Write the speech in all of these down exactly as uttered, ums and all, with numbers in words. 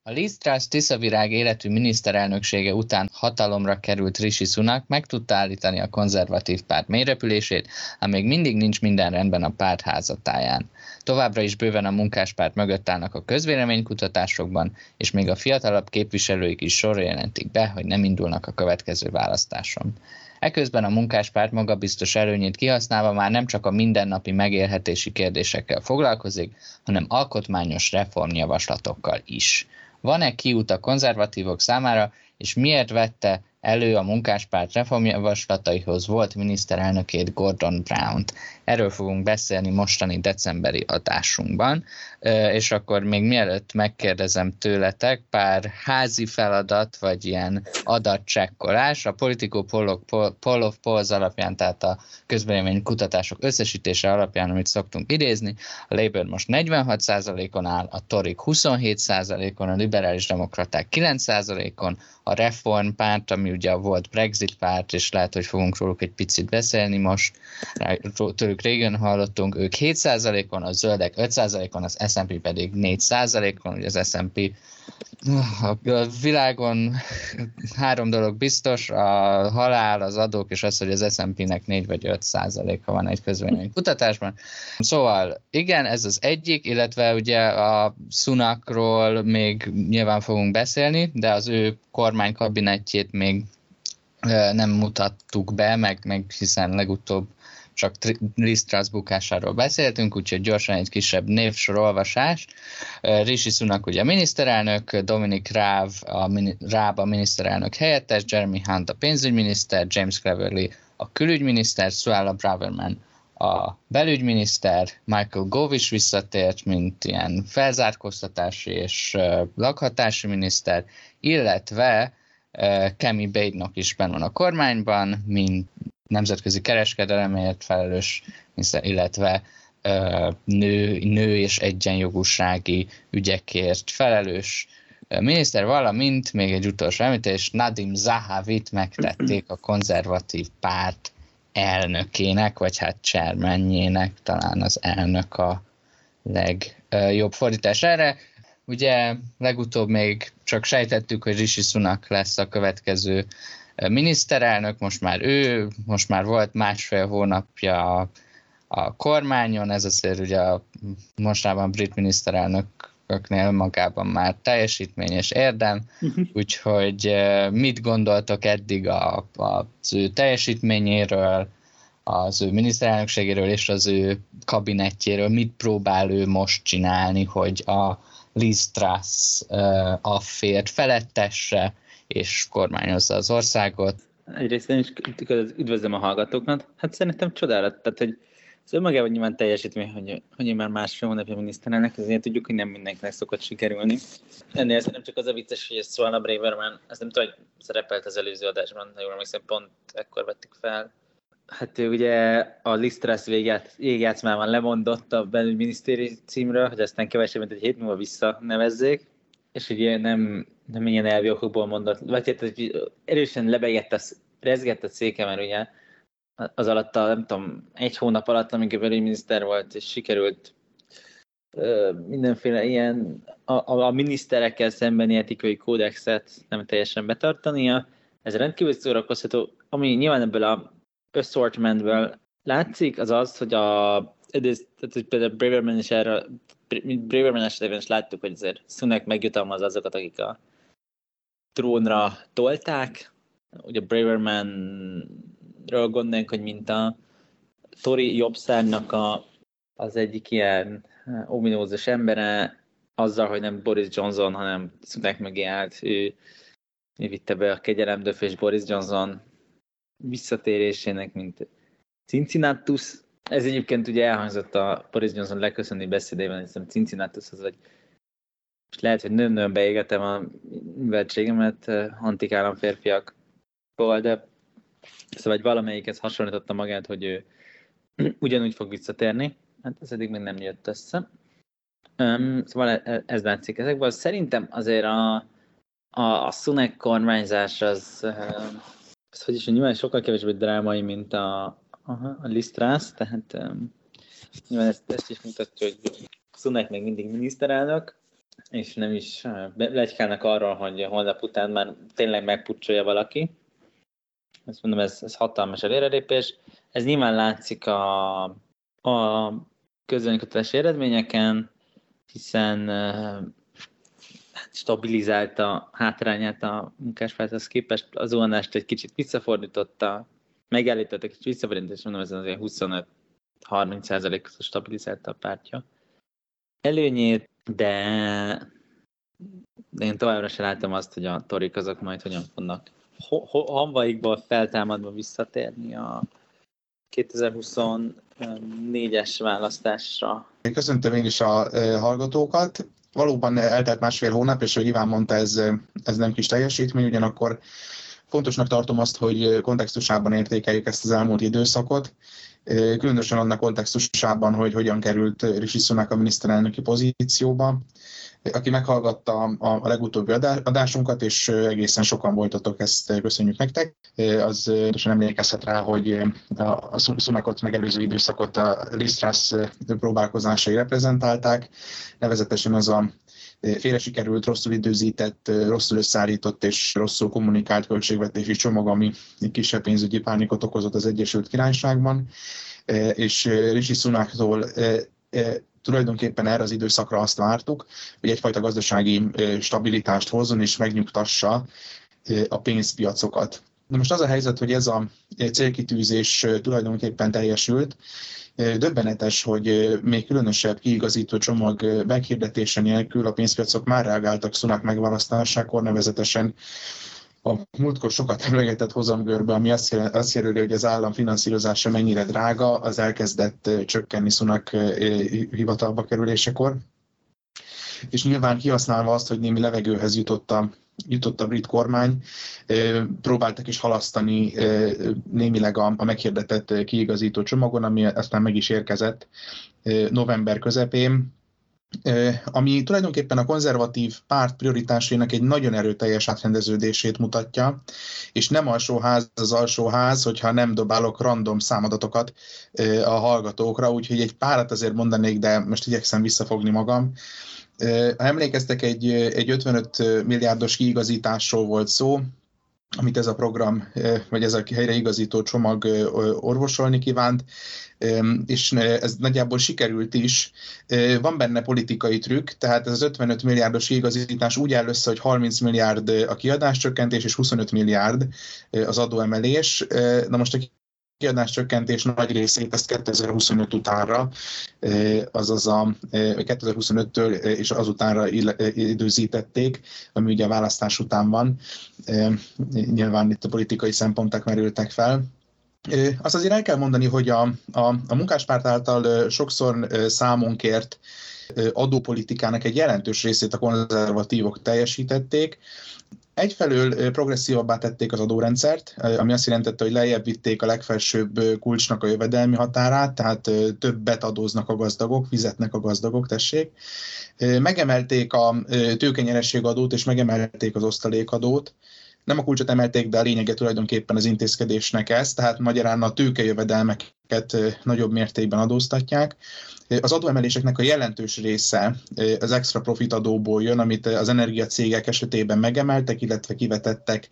A Liz Truss tiszavirág életű miniszterelnöksége után hatalomra került Rishi Sunak meg tudta állítani a konzervatív párt mélyrepülését, ám még mindig nincs minden rendben a párt házatáján. Továbbra is bőven a munkáspárt mögött állnak a közvéleménykutatásokban, és még a fiatalabb képviselőik is sorra jelentik be, hogy nem indulnak a következő választáson. Eközben a munkáspárt magabiztos előnyét kihasználva már nem csak a mindennapi megélhetési kérdésekkel foglalkozik, hanem alkotmányos reformjavaslatokkal is. Van-e kiút a konzervatívok számára, és miért vette elő a munkáspárt reformjavaslataihoz volt miniszterelnökét, Gordon Brownt? Erről fogunk beszélni mostani decemberi adásunkban, és akkor még mielőtt megkérdezem tőletek pár házi feladat, vagy ilyen adatcsekkolás, a Politico Poll of Polls alapján, tehát a közvélemény kutatások összesítése alapján, amit szoktunk idézni, a Labour most negyvenhat százalékon áll, a Torik huszonhét százalékon, a liberális demokraták kilenc százalékon, a Reform párt, ami ugye volt Brexit párt, és lehet, hogy fogunk róluk egy picit beszélni most, tőlük régen hallottunk, ők hét százalékon, a zöldek öt százalékon, az es and pé pedig négy százalékon, ugye az es and pé a világon három dolog biztos, a halál, az adók, és az, hogy az es and pé-nek négy vagy öt százaléka van egy közvélemény kutatásban. Szóval igen, ez az egyik, illetve ugye a Sunakról még nyilván fogunk beszélni, de az ő kormánykabinettjét még nem mutattuk be, meg, meg hiszen legutóbb csak Liz Truss bukásáról beszéltünk, úgyhogy gyorsan egy kisebb névsorolvasás. Rishi Sunak ugye a miniszterelnök, Dominic Raab a, Raab a miniszterelnök helyettes, Jeremy Hunt a pénzügyminiszter, James Cleverly a külügyminiszter, Suella Braverman a belügyminiszter, Michael Gove is visszatért, mint ilyen felzárkóztatási és uh, lakhatási miniszter, illetve uh, Kemi Badenoch is benne van a kormányban, mint nemzetközi kereskedelemért felelős, illetve uh, nő, nő és egyenjogúsági ügyekért felelős uh, miniszter, valamint még egy utolsó említés, Nadim Zahavit megtették a konzervatív párt elnökének, vagy hát chairmanjének, talán az elnök a legjobb fordítás erre. Ugye legutóbb még csak sejtettük, hogy Rishi Sunak lesz a következő miniszterelnök, most már ő, most már volt másfél hónapja a kormányon, ez azért ugye a mostában brit miniszterelnököknél magában már teljesítmény és érdem, uh-huh. Úgyhogy mit gondoltok eddig a, az ő teljesítményéről, az ő miniszterelnökségéről és az ő kabinettjéről, mit próbál ő most csinálni, hogy a Liz Truss affért felettesse, és kormányozza az országot. Egyrészt én is üdvözlöm a hallgatóknak. Hát szerintem csodálat, tehát hogy az önmagában nyilván teljesítmény, hogy, hogy én már másfél hónapja miniszterelnök, ezért tudjuk, hogy nem mindenkinek szokott sikerülni. Ennél szerintem csak az a vicces, hogy ez Suella Braverman, ezt nem tudom, hogy szerepelt az előző adásban, ha jól emlékszem, pont ekkor vettük fel. Hát ő ugye a Liz Truss végjátszmában lemondott a belügyminisztéri címről, hogy aztán kevesebb, mint egy hét múlva visszanevezzék, és ugye nem, nem ilyen elvi okokból mondott, vagy hát erősen lebegett, a, rezgett a széke, mert ugye az alatt a, nem tudom, egy hónap alatt, amíg a belügyminiszter volt, és sikerült ö, mindenféle ilyen a, a, a miniszterekkel szembeni etikai kódexet nem teljesen betartania. Ez rendkívül szórakoztató, ami nyilván ebből a assortmentből látszik, az az, hogy a ez, tehát például Braverman is erre Braverman esetében is láttuk, hogy azért Sunak megjutalmazza azokat, akik a trónra tolták. Ugye Bravermanről gondolunk, hogy mint a Tory jobbszárnak a, az egyik ilyen ominózus embere, azzal, hogy nem Boris Johnson, hanem Sunak mögé állt, ő, ő vitte be a kegyelemdöf, és Boris Johnson visszatérésének, mint Cincinnatus. Ez egyébként ugye elhangzott a Boris Johnson leköszönni beszédében, hiszem Cincinnatushoz, hogy most lehet, hogy nagyon-nagyon beégetem a műveltségemet antik államférfiakból, de szóval valamelyikhez hasonlította magát, hogy ő ugyanúgy fog visszatérni. Hát ez eddig még nem jött össze. Um, szóval ez látszik ezekből. Szerintem azért a, a, a Sunak kormányzás az, az hogy is, nyilván sokkal kevésbé drámai, mint a Aha, a Liz Truss, tehát um, nyilván ezt, ezt is mutatja, hogy Sunak még mindig miniszterelnök, és nem is legykálnak arról, hogy holnap után már tényleg megpucsolja valaki. Ezt mondom, ez, ez hatalmas előrelépés. Ez nyilván látszik a, a közvéleménykutatási eredményeken, hiszen hát stabilizálta hátrányát a munkáspárthoz képest, az zuhanást egy kicsit visszafordította, megállította egy kicsit visszafordította, és mondom, ez azért huszonöt-harminc százalékos stabilizálta a pártja előnyét, de én továbbra sem látom azt, hogy a torik azok majd hogyan fognak hamvaikból feltámadva visszatérni a kétezer-huszonnégyes választásra. Köszöntöm én is a hallgatókat. Valóban eltelt másfél hónap, és hogy Iván mondta, ez, ez nem kis teljesítmény, ugyanakkor fontosnak tartom azt, hogy kontextusában értékeljük ezt az elmúlt időszakot, különösen annak kontextusában, hogy hogyan került Rishi Sunak a miniszterelnöki pozícióba. Aki meghallgatta a legutóbbi adásunkat, és egészen sokan voltatok, ezt köszönjük nektek, az pontosan emlékezhet rá, hogy a Sunakot megelőző időszakot a Liz Truss próbálkozásai reprezentálták, nevezetesen az a félre sikerült, rosszul időzített, rosszul összeállított és rosszul kommunikált költségvetési csomag, ami kisebb pénzügyi pánikot okozott az Egyesült Királyságban, és Rishi Sunaktól tulajdonképpen erre az időszakra azt vártuk, hogy egyfajta gazdasági stabilitást hozzon és megnyugtassa a pénzpiacokat. Na most az a helyzet, hogy ez a célkitűzés tulajdonképpen teljesült. Döbbenetes, hogy még különösebb kiigazító csomag meghirdetése nélkül a pénzpiacok már reagáltak Sunak megválasztásakor, nevezetesen a múltkor sokat emlegetett hozamgörbe, ami azt, jel- azt jelöli, hogy az állam finanszírozása mennyire drága, az elkezdett csökkenni Sunak hivatalba kerülésekor. És nyilván kihasználva azt, hogy némi levegőhez jutott a, jutott a brit kormány, próbáltak is halasztani némileg a, a meghirdetett kiigazító csomagon, ami aztán meg is érkezett november közepén, ami tulajdonképpen a konzervatív párt prioritásainak egy nagyon erőteljes átrendeződését mutatja, és nem alsóház az alsóház, hogyha nem dobálok random számadatokat a hallgatókra, úgyhogy egy párat azért mondanék, de most igyekszem visszafogni magam. Ha emlékeztek, egy, egy ötvenöt milliárdos kiigazításról volt szó, amit ez a program, vagy ez a helyreigazító csomag orvosolni kívánt, és ez nagyjából sikerült is. Van benne politikai trükk, tehát ez az ötvenöt milliárdos kiigazítás úgy áll össze, hogy harminc milliárd a kiadáscsökkentés és huszonöt milliárd az adóemelés. Na most a kiadáscsökkentés nagy részét ezt kétezer-huszonöt utánra, azaz a kétezer-huszonöttől és azutánra időzítették, ami ugye a választás után van. Nyilván itt a politikai szempontok merültek fel. Azt azért el kell mondani, hogy a, a, a munkáspárt által sokszor számon kért adópolitikának egy jelentős részét a konzervatívok teljesítették. Egyfelől progresszívabbá tették az adórendszert, ami azt jelentette, hogy lejjebb vitték a legfelsőbb kulcsnak a jövedelmi határát, tehát többet adóznak a gazdagok, fizetnek a gazdagok, tessék. Megemelték a tőkenyerességadót és megemelték az osztalékadót. Nem a kulcsot emelték, de a lényege tulajdonképpen az intézkedésnek ez, tehát magyarán a tőkejövedelmeket nagyobb mértékben adóztatják. Az adóemeléseknek a jelentős része az extra profit adóból jön, amit az energiacégek esetében megemeltek, illetve kivetettek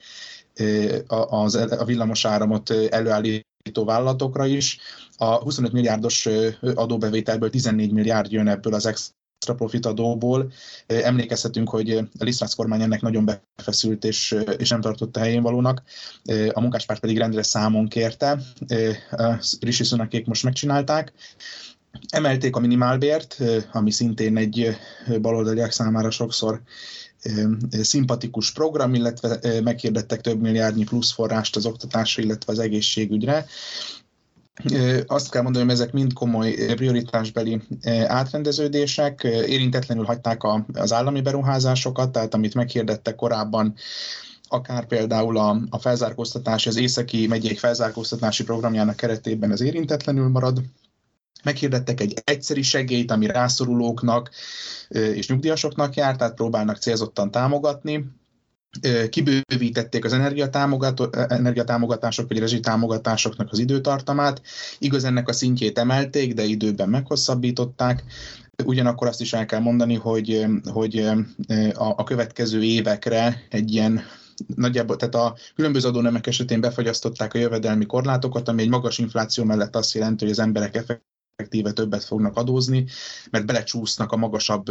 a villamosáramot előállító vállalatokra is. A huszonöt milliárdos adóbevételből tizennégy milliárd jön ebből az extra profit adóból. Emlékezhetünk, hogy a Liz Truss kormány ennek nagyon befeszült és, és nem tartotta helyén valónak. A munkáspárt pedig rendre számon kérte. Rishi Sunakék most megcsinálták. Emelték a minimálbért, ami szintén egy baloldaliak számára sokszor szimpatikus program, illetve meghirdettek több milliárdnyi plusz forrást az oktatásra, illetve az egészségügyre. Azt kell mondani, hogy ezek mind komoly prioritásbeli átrendeződések, érintetlenül hagyták az állami beruházásokat, tehát amit meghirdettek korábban, akár például a, a felzárkóztatási, az északi megyék felzárkóztatási programjának keretében ez érintetlenül marad. Meghirdettek egy egyszeri segélyt, ami rászorulóknak és nyugdíjasoknak jár, tehát próbálnak célzottan támogatni. Kibővítették az energiatámogatások vagy rezsitámogatásoknak az időtartamát. Igaz, ennek a szintjét emelték, de időben meghosszabbították. Ugyanakkor azt is el kell mondani, hogy, hogy a, a következő évekre egy ilyen nagyjából, tehát a különböző adónemek esetén befagyasztották a jövedelmi korlátokat, ami egy magas infláció mellett azt jelenti, hogy az emberek effektíve többet fognak adózni, mert belecsúsznak a magasabb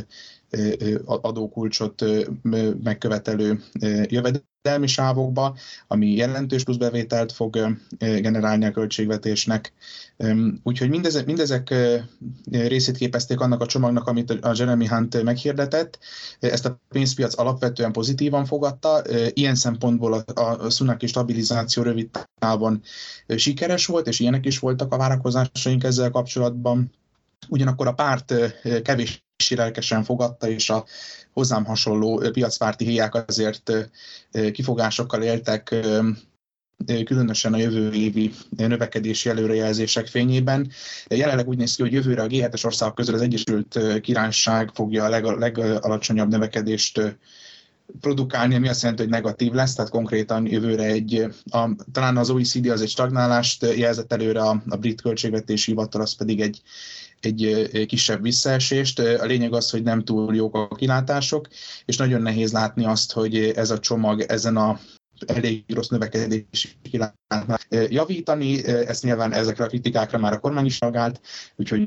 adókulcsot megkövetelő jövedelmi sávokba, ami jelentős pluszbevételt fog generálni a költségvetésnek. Úgyhogy mindezek, mindezek részét képezték annak a csomagnak, amit a Jeremy Hunt meghirdetett. Ezt a pénzpiac alapvetően pozitívan fogadta. Ilyen szempontból a, a Sunaki stabilizáció rövid távon sikeres volt, és ilyenek is voltak a várakozásaink ezzel kapcsolatban. Ugyanakkor a párt kevés lelkesen fogadta, és a hozzám hasonló piacpárti héják azért kifogásokkal éltek, különösen a jövő évi növekedési előrejelzések fényében. Jelenleg úgy néz ki, hogy jövőre a gé hetes országok közül az Egyesült Királyság fogja a leg, legalacsonyabb növekedést produkálni, ami azt jelenti, hogy negatív lesz, tehát konkrétan jövőre egy, a, talán az o e cé dé az egy stagnálást jelzett előre, a, a brit költségvetési hivatal az pedig egy egy kisebb visszaesést. A lényeg az, hogy nem túl jók a kilátások, és nagyon nehéz látni azt, hogy ez a csomag ezen a elég rossz növekedési kilátásnál javítani. Ezt nyilván ezekre a kritikákra már a kormány is reagált, úgyhogy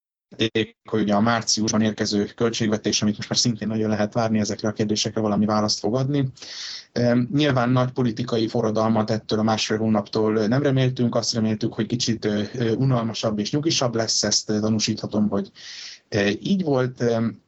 hogy a márciusban érkező költségvetés, amit most már szintén nagyon lehet várni, ezekre a kérdésekre valami választ fog adni. Nyilván nagy politikai forradalmat ettől a másfél hónaptól nem reméltünk, azt reméltük, hogy kicsit unalmasabb és nyugisabb lesz, ezt tanúsíthatom, hogy így volt,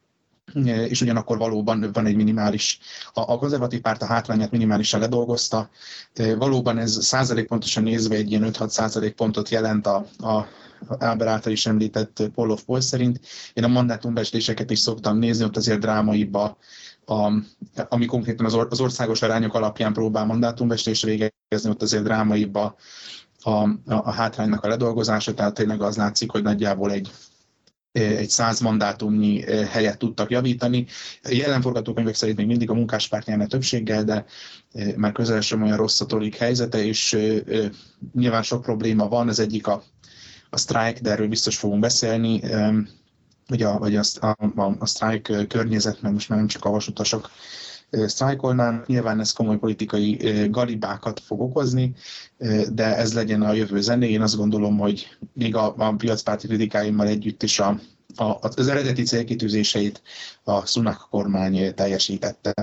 és ugyanakkor valóban van egy minimális, a konzervatív párt a hátrányát minimálisan ledolgozta, valóban ez százalékpontosan nézve egy ilyen öt-hat százalékpontot jelent a, a Áber által is említett poll of poll szerint. Én a mandátumbecsléseket is szoktam nézni, ott azért drámaibb a, a, ami konkrétan az, or, az országos arányok alapján próbál mandátumbecslésre végezni, ott azért drámaibb a, a, a hátránynak a ledolgozása, tehát tényleg az látszik, hogy nagyjából egy egy száz mandátumnyi helyet tudtak javítani. Jelen forgatókönyvek szerint még mindig a munkáspárt nyerne többséggel, de már közel sem olyan rossz a torik helyzete, és nyilván sok probléma van. Az egyik a, a sztrájk, de erről biztos fogunk beszélni, vagy a, vagy a, a, a sztrájk környezet, mert most már nem csak a vasutasok sztrájkolnán. Nyilván ez komoly politikai galibákat fog okozni, de ez legyen a jövő zené. Én azt gondolom, hogy még a, a piacpárti kritikáimmal együtt is a, a, az eredeti célkitűzéseit a Sunak kormány teljesítette.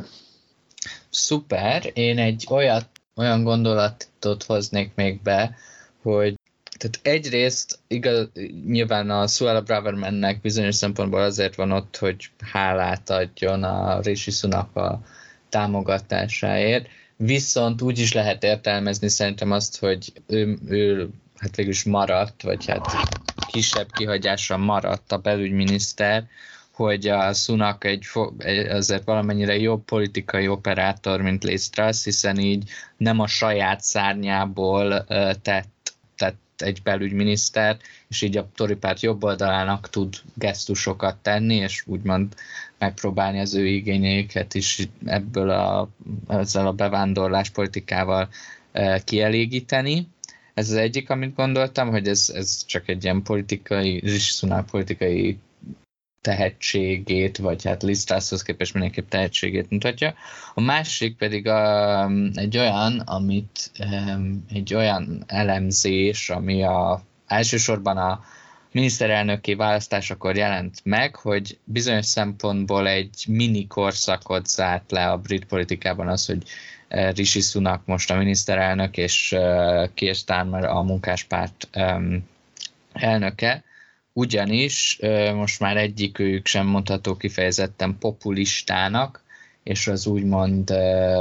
Szuper. Én egy olyat, olyan gondolatot hoznék még be, hogy tehát egyrészt igaz, nyilván a Suella Bravermannek bizonyos szempontból azért van ott, hogy hálát adjon a Rishi Sunak a támogatásáért, viszont úgy is lehet értelmezni szerintem azt, hogy ő, ő hát végül is maradt, vagy hát kisebb kihagyásra maradt a belügyminiszter, hogy a Sunak egy, azért valamennyire jobb politikai operátor, mint Liz Truss, hiszen így nem a saját szárnyából tett, tett egy belügyminiszter, és így a Tory párt jobb oldalának tud gesztusokat tenni, és úgymond megpróbálni az ő igényeiket is ebből a, ezzel a bevándorlás politikával e, kielégíteni. Ez az egyik, amit gondoltam, hogy ez, ez csak egy ilyen politikai, Rishi Sunak politikai tehetségét, vagy hát Liz Trusshoz képest mindenképp tehetségét mutatja. A másik pedig a, egy olyan, amit egy olyan elemzés, ami a, elsősorban a miniszterelnöki választásakor jelent meg, hogy bizonyos szempontból egy mini korszakot zárt le a brit politikában az, hogy Rishi Sunak most a miniszterelnök, és Keir Starmer a munkáspárt elnöke, ugyanis most már egyikőjük sem mondható kifejezetten populistának, és az úgymond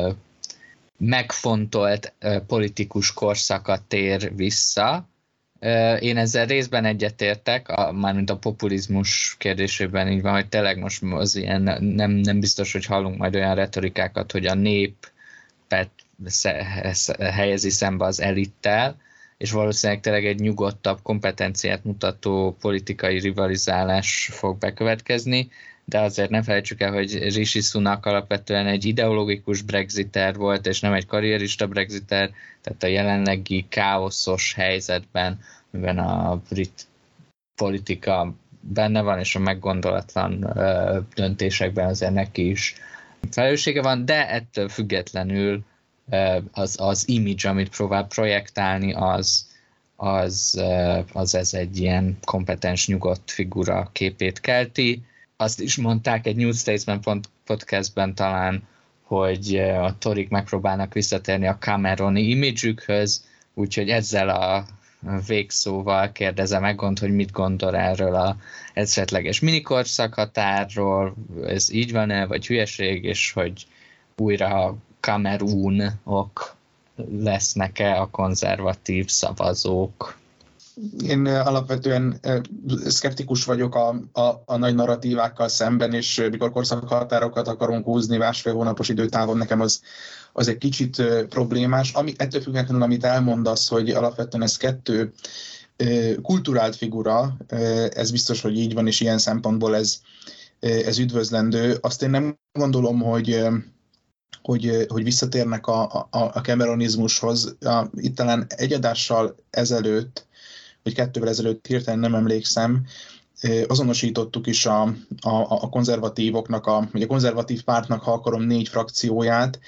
megfontolt politikus korszaka tér vissza. Én ezzel részben egyetértek, mármint a populizmus kérdésében így van, hogy tényleg most az ilyen, nem, nem biztos, hogy hallunk majd olyan retorikákat, hogy a népet helyezi szembe az elittel, és valószínűleg tényleg egy nyugodtabb kompetenciát mutató politikai rivalizálás fog bekövetkezni, de azért ne felejtsük el, hogy Rishi Sunak alapvetően egy ideológikus brexiter volt, és nem egy karrierista brexiter, tehát a jelenlegi káoszos helyzetben, miben a brit politika benne van, és a meggondolatlan döntésekben azért neki is felelőssége van, de ettől függetlenül az, az image, amit próbál projektálni, az, az, az ez egy ilyen kompetens, nyugodt figura képét kelti. Azt is mondták egy New Statesman podcastben talán, hogy a torik megpróbálnak visszatérni a Cameroni image-ükhöz, úgyhogy ezzel a végszóval kérdezem meg Gond, hogy mit gondol erről a esetleges minikorszakhatárról, ez így van-e, vagy hülyeség, és hogy újra a Kamerúnok lesznek-e a konzervatív szavazók? Én alapvetően szkeptikus vagyok a, a, a nagy narratívákkal szemben, és mikor korszakhatárokat akarunk húzni másfél hónapos időtávon, nekem az, az egy kicsit problémás. Ami, ettől függetlenül, amit elmondasz, hogy alapvetően ez kettő kulturált figura, ez biztos, hogy így van, és ilyen szempontból ez, ez üdvözlendő. Azt én nem gondolom, hogy Hogy, hogy visszatérnek a, a, a Cameronizmushoz. Itt talán egy adással ezelőtt, vagy kettővel ezelőtt, hirtelen nem emlékszem, azonosítottuk is a, a, a konzervatívoknak, a, vagy a konzervatív pártnak, ha akarom, négy frakcióját,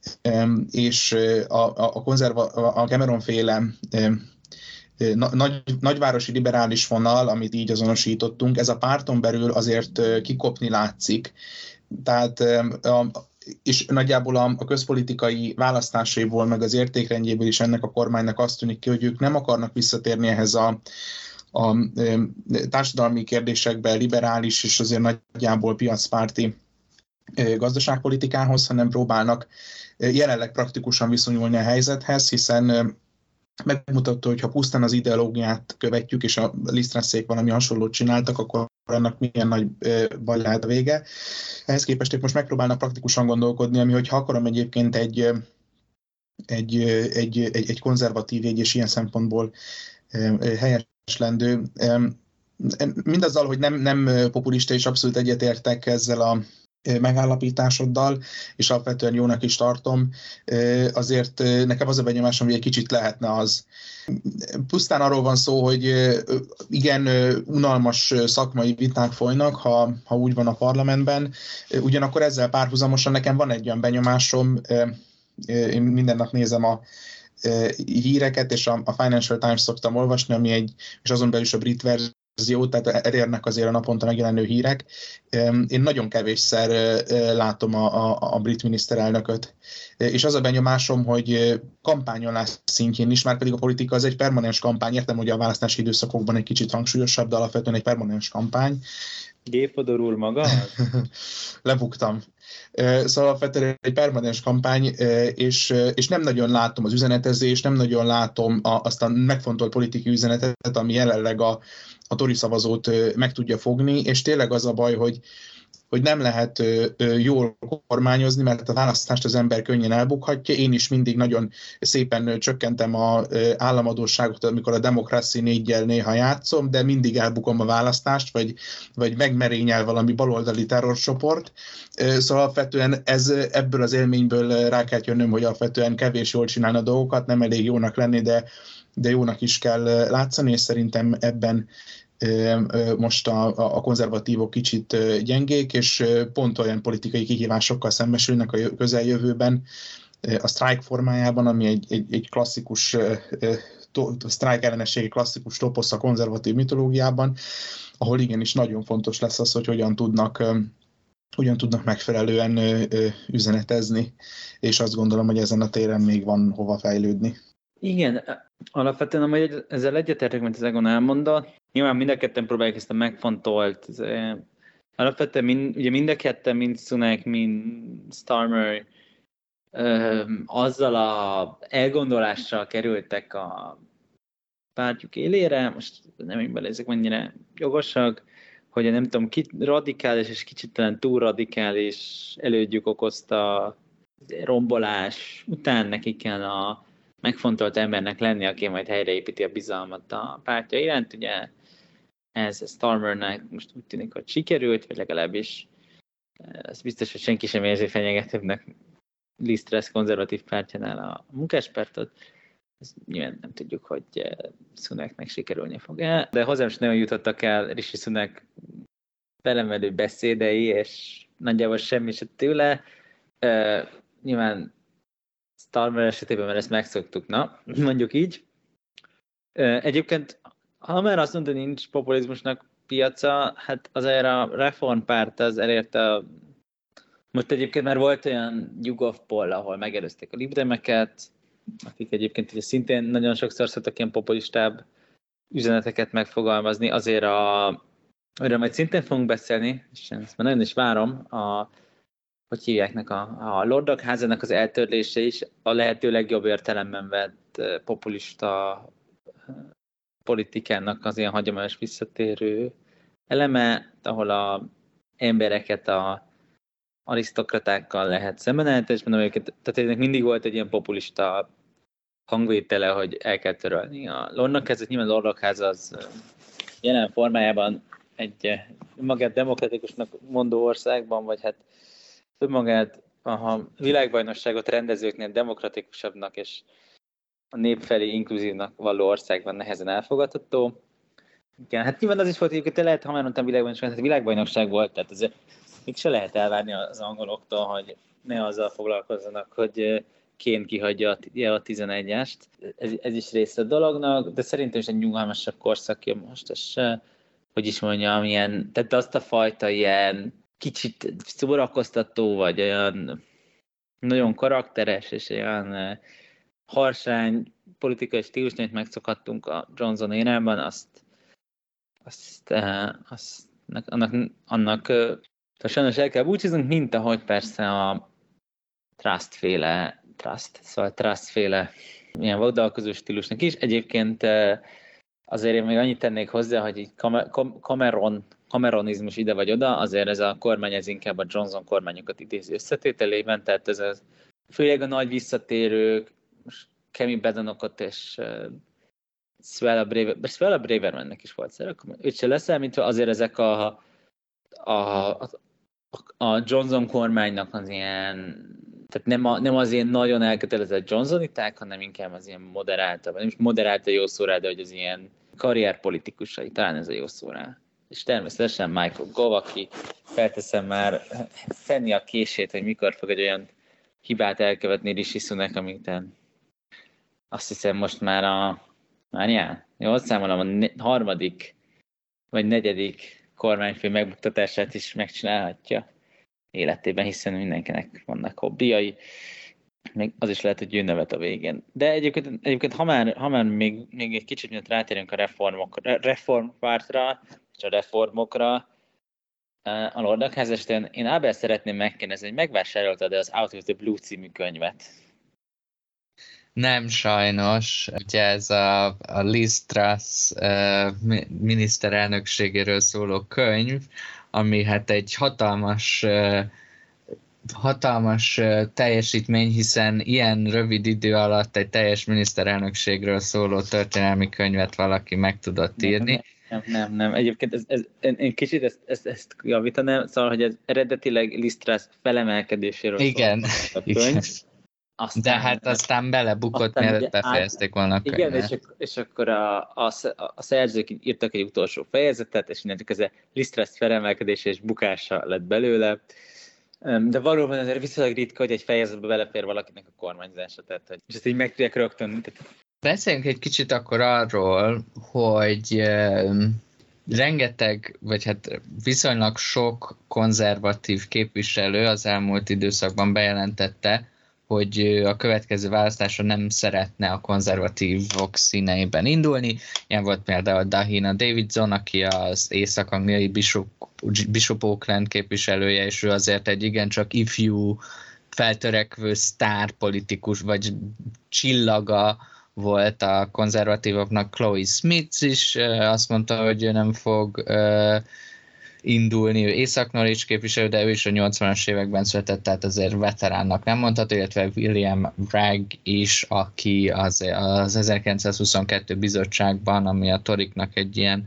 és a, a, konzerva, a Cameron-féle nagy, nagyvárosi liberális vonal, amit így azonosítottunk, ez a párton belül azért kikopni látszik. Tehát a, és nagyjából a, a közpolitikai választásaiból, meg az értékrendjéből is ennek a kormánynak azt tűnik ki, hogy ők nem akarnak visszatérni ehhez a, a, a társadalmi kérdésekbe liberális és azért nagyjából piacpárti gazdaságpolitikához, hanem próbálnak jelenleg praktikusan viszonyulni a helyzethez, hiszen megmutatta, hogy ha pusztán az ideológiát követjük, és a Liz Trusszék valami hasonlót csináltak, akkor annak milyen nagy baj lehet a vége. Ehhez képest ők most megpróbálnak praktikusan gondolkodni, ami, hogyha akarom egyébként egy, egy, egy, egy, egy konzervatív jegy, és ilyen szempontból helyeslendő. Mindazzal, hogy nem, nem populista, és abszolút egyetértek ezzel a megállapításoddal, és alapvetően jónak is tartom, azért nekem az a benyomásom, hogy egy kicsit lehetne az. Pusztán arról van szó, hogy igen, unalmas szakmai viták folynak, ha, ha úgy van a parlamentben, ugyanakkor ezzel párhuzamosan nekem van egy olyan benyomásom, én minden nap nézem a híreket, és a Financial Times szoktam olvasni, ami egy, és azon belül is a brit verzió, tehát elérnek azért a naponta megjelenő hírek. Én nagyon kevésszer látom a, a, a brit miniszterelnököt. És az a benyomásom, hogy kampányolás szintjén is, már pedig a politika az egy permanens kampány, értem, hogy a választási időszakokban egy kicsit hangsúlyosabb, de alapvetően egy permanens kampány. Gépfodor úr maga? Lebuktam. Szóval alapvetően egy permanens kampány, és, és nem nagyon látom az üzenetezést, nem nagyon látom a, azt a megfontolt politikai üzenetet, ami jelenleg a, a Tory szavazót meg tudja fogni, és tényleg az a baj, hogy, hogy nem lehet jól kormányozni, mert a választást az ember könnyen elbukhatja. Én is mindig nagyon szépen csökkentem az államadósságot, amikor a Democracy néggyel néha játszom, de mindig elbukom a választást, vagy, vagy megmerényel valami baloldali terrorcsoport. Szóval alapvetően ez, ebből az élményből rá kell jönnöm, hogy alapvetően kevés jól csinálna dolgokat, nem elég jónak lenni, de, de jónak is kell látszani, és szerintem ebben most a, a konzervatívok kicsit gyengék, és pont olyan politikai kihívásokkal szembesülnek a közeljövőben, a sztrájk formájában, ami egy, egy, egy klasszikus, a sztrájk ellenességi klasszikus toposz a konzervatív mitológiában, ahol igenis nagyon fontos lesz az, hogy hogyan tudnak, hogyan tudnak megfelelően üzenetezni, és azt gondolom, hogy ezen a téren még van hova fejlődni. Igen, alapvetően amúgy ezzel egyetértek, mint az Egon elmondott. Nyilván mind a ketten próbálják ezt a megfontolt. Alapvetően mind, ugye mind a ketten, mind Sunak, mind Starmer azzal a elgondolással kerültek a pártjuk élére, most nem így bele ezek mennyire jogosak, hogy nem tudom, ki radikális és kicsit talán túl radikális elődjük okozta rombolás után nekik kell a megfontolt embernek lenni, aki majd helyreépíti a bizalmat a pártja iránt. Ugye ez Starmernek most úgy tűnik, hogy sikerült, vagy legalábbis ez biztos, hogy senki sem érzi fenyegetőbbnek Liz Truss konzervatív pártjánál a munkáspártot. ezt nyilván nem tudjuk, hogy Sunaknak sikerülni fog-e, de hozzám is nagyon jutottak el Rishi Sunak felemelő beszédei, és nagyjából semmi se tőle. Uh, nyilván Starmer esetében már ezt megszoktuk, na, mondjuk így. Uh, egyébként, ha már azt mondta, nincs populizmusnak piaca, hát azért a reformpárt az elérte a... Most egyébként már volt olyan YouGov poll, ahol megelőzték a libdemeket, akik egyébként ugye szintén nagyon sokszor szoktak ilyen populistább üzeneteket megfogalmazni, azért a... Arra majd szintén fogunk beszélni, és ezt már nagyon is várom, a, hogy hívják a, a Lordok házának az eltörlése is a lehető legjobb értelemben vett populista politikának az ilyen hagyományos visszatérő eleme, ahol a embereket a arisztokratákkal lehet szemben állítani, tehát ennek mindig volt egy ilyen populista hangvétele, hogy el kell törölni. A Lordok házat, nyilván a Lordok háza az jelen formájában egy magát demokratikusnak mondó országban, vagy hát önmagát a világbajnokságot rendezőknél demokratikusabbnak és a nép felé inkluzívnak való országban nehezen elfogadható. Igen, hát nyilván az is volt, hogy te lehet, ha már mondtam világbajnokság, hát világbajnokság volt, tehát azért még se lehet elvárni az angoloktól, hogy ne azzal foglalkozzanak, hogy Kane kihagyja a tizenegyest. Ez, ez is része a dolognak, de szerintem is egy nyugalmasabb korszak jön most, és hogy is mondjam, ilyen, tehát azt a fajta ilyen kicsit szórakoztató, vagy olyan nagyon karakteres, és olyan harsány politikai stílus, amit megszokhattunk a Johnson érában, azt, azt, azt annak, annak sajnos el kell búcsúznunk, mint ahogy persze a Trust-féle, Trust, szóval Trust-féle ilyen vadalkozó stílusnak is. Egyébként azért én még annyit tennék hozzá, hogy így Cameron, Cameronizmus ide vagy oda, azért ez a kormány ez inkább a Johnson kormányokat idézi összetételében, tehát ez az, főleg a nagy visszatérők, most Kemi Badenochot és uh, Suella Braver, Suella Bravermannek is volt szerep, őt se leszámítva, azért ezek a, a, a, a Johnson kormánynak az ilyen, tehát nem, a, nem az ilyen nagyon elkötelezett Johnsoniták, hanem inkább az ilyen moderáltabb, nem is moderálta jó szó rá, de hogy az ilyen karrierpolitikusai, talán ez a jó szó rá. És természetesen Michael Gove, aki felteszem már fenni a kését, hogy mikor fog egy olyan hibát elkövetni Rishi Sunak, amit azt hiszem most már a, már já, jól számolom, a ne, harmadik vagy negyedik kormányfő megbuktatását is megcsinálhatja életében, hiszen mindenkinek vannak hobbiai, még az is lehet, hogy jön nevet a végén. De egyébként, egyébként ha már, ha már még, még egy kicsit miatt rátérünk a reformokra, reformpártra, és a reformokra, a Lordok ház estén, én Ábel szeretném megkérdezni, hogy megvásároltad-e az Out of the Blue című könyvet? Nem, sajnos. Ugye ez a, a Liz Truss uh, miniszterelnökségéről szóló könyv, ami hát egy hatalmas uh, hatalmas uh, teljesítmény, hiszen ilyen rövid idő alatt egy teljes miniszterelnökségről szóló történelmi könyvet valaki meg tudott írni. Nem, nem, nem. Egyébként ez, ez, én kicsit ezt, ezt, ezt javítanám, szóval, hogy ez eredetileg Liz Truss felemelkedéséről igen, szól a könyv. Aztán, de hát aztán belebukott, mielőtt befejezték volna a könyvet. Igen, és, és akkor a, a, a szerzők írtak egy utolsó fejezetet, és innentől ez a Liz Truss felemelkedése és bukása lett belőle. De valóban azért viszonylag ritka, hogy egy fejezetbe belefér valakinek a kormányzása, tehát, hogy, és ezt így meg tudják rögtön. Beszéljünk egy kicsit akkor arról, hogy eh, rengeteg, vagy hát viszonylag sok konzervatív képviselő az elmúlt időszakban bejelentette, hogy a következő választásra nem szeretne a konzervatívok színeiben indulni. Ilyen volt például Dahina Davidson, aki az észak-angliai Bishop, Bishop Auckland képviselője, és ő azért egy igencsak ifjú, feltörekvő sztárpolitikus, vagy csillaga volt a konzervatívoknak. Chloe Smith is azt mondta, hogy ő nem fog indulni, ő Észak-Norwich képviselő, de ő is a nyolcvanas években született, tehát azért veteránnak nem mondható, illetve William Bragg is, aki az, az ezerkilencszázhuszonkettő bizottságban, ami a Toriknak egy ilyen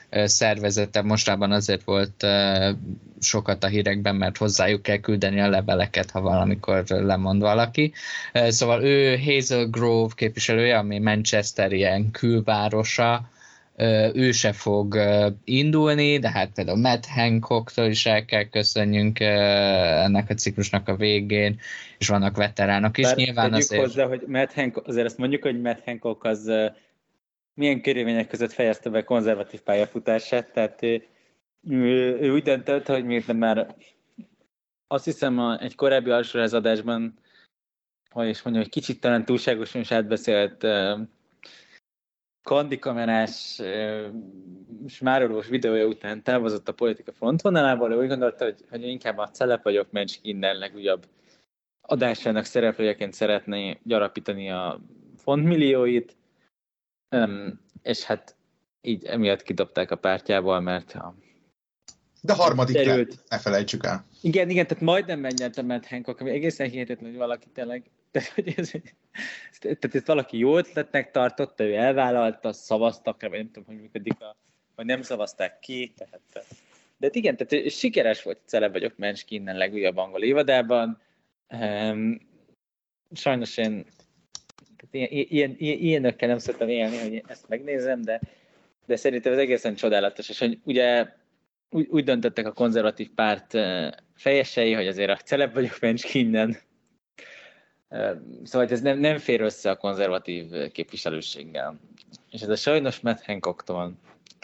szervezete mostában azért volt sokat a hírekben, mert hozzájuk kell küldeni a leveleket, ha valamikor lemond valaki. Szóval ő Hazel Grove képviselője, ami Manchester ilyen külvárosa, ő se fog indulni, de hát például Matt Hancocktól is el kell köszönjünk ennek a ciklusnak a végén, és vannak veteránok is. Bár nyilván azért... hozzá, hogy Matt Hancock, azért azt mondjuk, hogy Matt Hancock az milyen körülmények között fejezte be konzervatív pályafutását, tehát ő, ő, ő úgy döntött, hogy miért már azt hiszem a, egy korábbi alsórázadásban, hogy is mondjam, hogy kicsit talán túlságosan is átbeszélt uh, kandikamerás uh, smárolós videója után távozott a politika frontvonalából, ő úgy gondolta, hogy, hogy inkább a Celeb vagyok, mert innen legújabb adásának szereplőjeként szeretné gyarapítani a fontmillióit, um, és hát így emiatt kidobták a pártjából, mert a De harmadik derült... lett, ne felejtsük el. Igen, igen, tehát majdnem megnyerte Matt Hancock, ami egészen hihetetlen, hogy valaki tényleg, tehát, hogy ez, tehát ezt valaki jó ötletnek tartotta, ő elvállalta, szavaztak rá, vagy nem tudom, hogy működik, a, vagy nem szavazták ki, tehát, de hát igen, tehát sikeres volt, Celeb vagyok, Menski innen legújabb angol évadában. Um, sajnos én tehát ilyen, ilyen, ilyenökkel nem szoktam élni, hogy ezt megnézem, de, de szerintem ez egészen csodálatos, és hogy ugye úgy, úgy döntöttek a konzervatív párt fejesei, hogy azért a Celeb vagyok, Menski innen. Szóval ez nem, nem fér össze a konzervatív képviselőséggel. És ez a sajnos Matt Hancocktól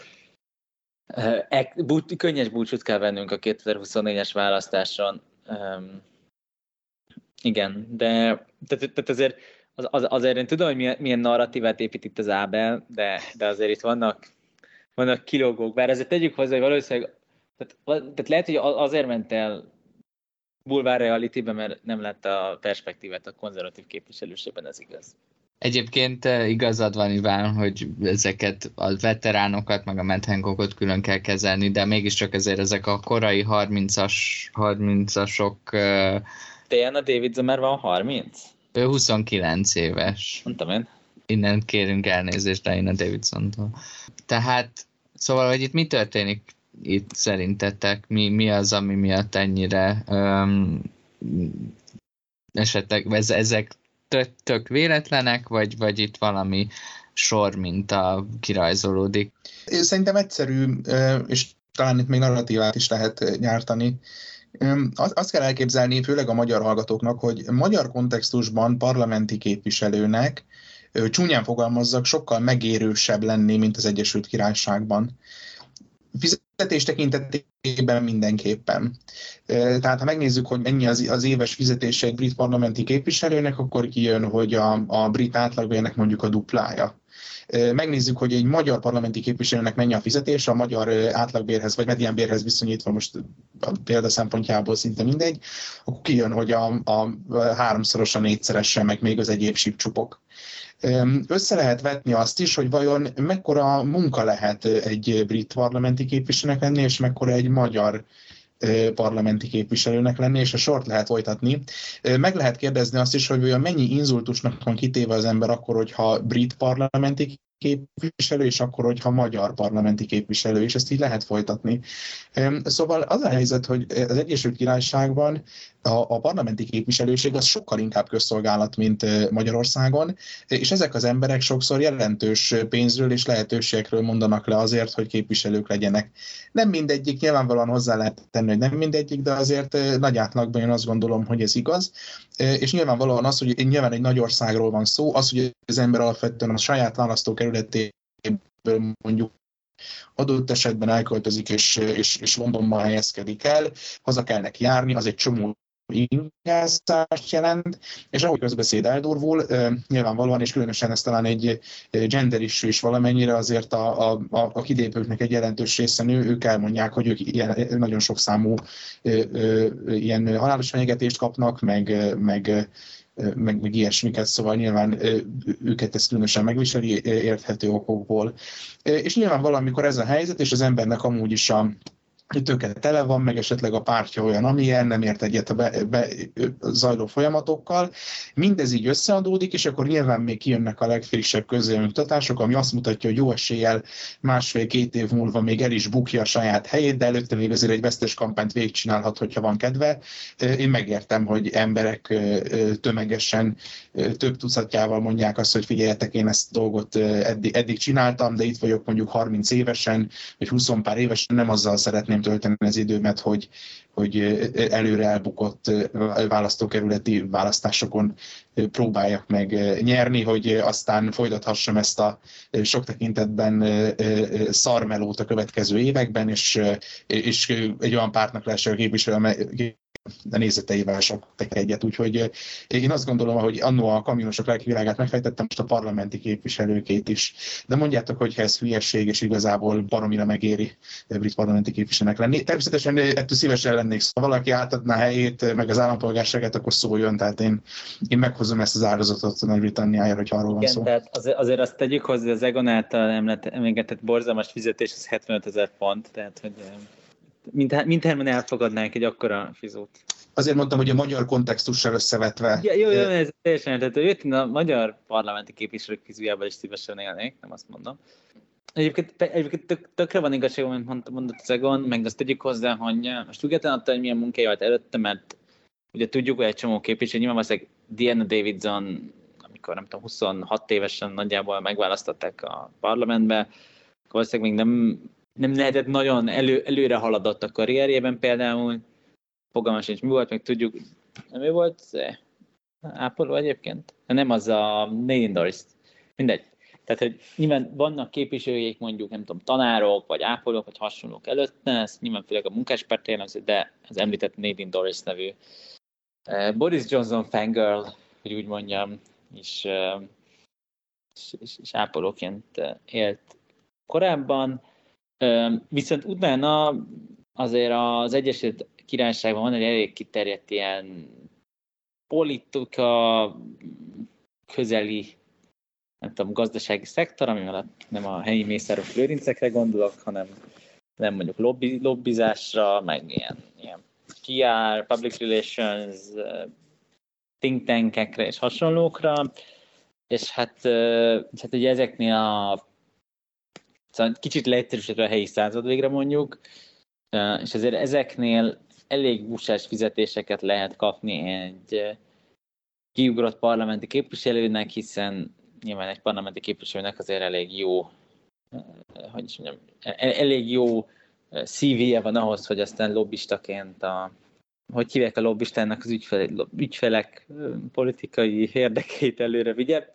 e, bú, könnyes búcsút kell vennünk a kétezer-huszonnégyes választáson. Um, igen, de tehát, tehát azért, az, az, azért én tudom, hogy milyen, milyen narratívát épít itt az Ábel, de, de azért itt vannak, vannak kilógók. Bár azért tegyük hozzá, hogy valószínűleg tehát, tehát lehet, hogy azért ment el bulvár realitybe, mert nem látta a perspektívát a konzervatív képviselőségben, ez igaz. Egyébként igazad van, Iván, hogy ezeket a veteránokat, meg a Matt Hancockot külön kell kezelni, de mégiscsak ezért ezek a korai harmincas, harmincasok... Diana Davidson már van harminc? Ő huszonkilenc éves. Mondtam én. Innen kérünk elnézést Diana Davidsontól. Tehát, szóval, hogy itt mi történik itt szerintetek? Mi, mi az, ami miatt ennyire um, esetleg ezek tök, tök véletlenek, vagy, vagy itt valami sor minta kirajzolódik? Szerintem egyszerű, és talán itt még narratívát is lehet gyártani. Azt kell elképzelni, főleg a magyar hallgatóknak, hogy magyar kontextusban parlamenti képviselőnek, csúnyán fogalmazzak, sokkal megérősebb lenni, mint az Egyesült Királyságban. Fizetés tekintetében mindenképpen. Tehát ha megnézzük, hogy mennyi az, az éves fizetése egy brit parlamenti képviselőnek, akkor kijön, hogy a, a brit átlagbérnek mondjuk a duplája. Megnézzük, hogy egy magyar parlamenti képviselőnek mennyi a fizetés, a magyar átlagbérhez vagy mediánbérhez viszonyítva, most a példa szempontjából szinte mindegy, akkor kijön, hogy a, a háromszorosan, négyszeresen, meg még az egyéb sípcsupok. Össze lehet vetni azt is, hogy vajon mekkora munka lehet egy brit parlamenti képviselőnek lenni, és mekkora egy magyar parlamenti képviselőnek lenni, és a sort lehet folytatni. Meg lehet kérdezni azt is, hogy vajon mennyi inzultusnak van kitéve az ember akkor, hogyha brit parlamenti képviselő, és akkor, hogyha magyar parlamenti képviselő, és ezt így lehet folytatni. Szóval az a helyzet, hogy az Egyesült Királyságban a, a parlamenti képviselőség az sokkal inkább közszolgálat, mint Magyarországon, és ezek az emberek sokszor jelentős pénzről és lehetőségekről mondanak le azért, hogy képviselők legyenek. Nem mindegyik, nyilvánvalóan hozzá lehet tenni, hogy nem mindegyik, de azért nagy átlagban én azt gondolom, hogy ez igaz. És nyilvánvalóan az, hogy nyilván egy nagy országról van szó, az, hogy az ember alapvetően a saját választókerületéből mondjuk adott esetben elköltözik és, és, és Londonban helyezkedik el, haza kell neki járni, az egy csomó ingázást jelent, és ahogy közbeszéd eldurvul, nyilvánvalóan, és különösen ez talán egy gender issue is valamennyire, azért a, a, a kilépőknek egy jelentős része nő, ők elmondják, hogy ők ilyen, nagyon sok számú ilyen halálos fenyegetést kapnak, meg, meg Meg, meg ilyesmiket, szóval nyilván őket ez különösen megviseli érthető okokból. És nyilván valamikor ez a helyzet, és az embernek amúgy is a tőke tele van, meg esetleg a pártja olyan, amilyen, nem ért egyet a be, be, zajló folyamatokkal. Mindez így összeadódik, és akkor nyilván még kijönnek a legfrissebb közvéleménykutatások, ami azt mutatja, hogy jó eséllyel másfél-két év múlva még el is bukja a saját helyét, de előtte még azért egy vesztes kampányt végigcsinálhat, hogyha van kedve. Én megértem, hogy emberek tömegesen több tucatjával mondják azt, hogy figyeljetek, én ezt a dolgot eddig, eddig csináltam, de itt vagyok mondjuk harminc évesen, vagy húsz pár évesen, nem azzal szeretném tölteni az időmet, hogy, hogy előre elbukott választókerületi választásokon próbáljak meg nyerni, hogy aztán folytathassam ezt a sok tekintetben szarmelót a következő években, és, és egy olyan pártnak lehessen a képviselő, de nézeteivel sok egyet. Úgyhogy én azt gondolom, hogy annó a kamionosok lelkivilágát megfejtettem, most a parlamenti képviselőkét is. De mondjátok, hogy ez hülyesség, és igazából baromira megéri brit parlamenti képviselőnek lenni. Természetesen ettől szívesen lennék, szóval valaki átadná a helyét, meg az állampolgárságát, akkor szóljon. Tehát én, én meghozom ezt az áldozatot Nagy-Britanniájára, hogy arról van Igen, szó. Tehát azért, azért azt tegyük hozzá, az Egon által emlegetett borzalmas fizetés, az hetvenöt ezer font, tehát hogy mindhárman elfogadnánk egy akkora fizót. Azért mondtam, hogy a magyar kontextussal összevetve. Ja, jó, jó, ez teljesen, tehát hogy én a magyar parlamenti képviselők fizújában is szívesen élnék, nem azt mondom. Egyébként, egyébként tök, tökre van igazság, amit mondott az Egon, meg azt tegyük hozzá, hogy most függetlenül attól, hogy milyen munkája volt előtte, mert ugye tudjuk, hogy egy csomó képviselő, nyilván valószínűleg Diana Davidson, amikor nem tudom, huszonhat évesen nagyjából megválasztották a parlamentbe, akkor valószínűleg még nem nem lehetett nagyon elő, előre haladott a karrierjében például. Fogalmam sincs, mi volt, meg tudjuk, nem mi volt? Ápoló egyébként? Nem, az a Nadine Dorries. Mindegy. Tehát, hogy nyilván vannak képviselőjék, mondjuk, nem tudom, tanárok, vagy ápolók, vagy hasonlók előtte, ez nyilván főleg a munkáspárt jellemző, de az említett Nadine Dorries nevű Boris Johnson fangirl, hogy úgy mondjam, és, és, és, és ápolóként élt korábban. Viszont utána azért az Egyesült Királyságban van egy elég kiterjedt ilyen politika közeli, nem tudom, gazdasági szektor, ami alatt nem a helyi mészáros lőrincekre gondolok, hanem nem mondjuk lobby, lobbizásra, meg ilyen, ilyen pé er, public relations, think tankekre és hasonlókra, és hát, hát ugye ezeknél a szóval kicsit leegyszerűsítve a helyi század végre mondjuk, és azért ezeknél elég busás fizetéseket lehet kapni egy kiugrott parlamenti képviselőnek, hiszen nyilván egy parlamenti képviselőnek azért elég jó, hogy is mondjam, elég jó cé vé-je van ahhoz, hogy aztán lobbistaként a, hogy hívják a lobbistának az ügyfelek, ügyfelek politikai érdekeit előre vigye.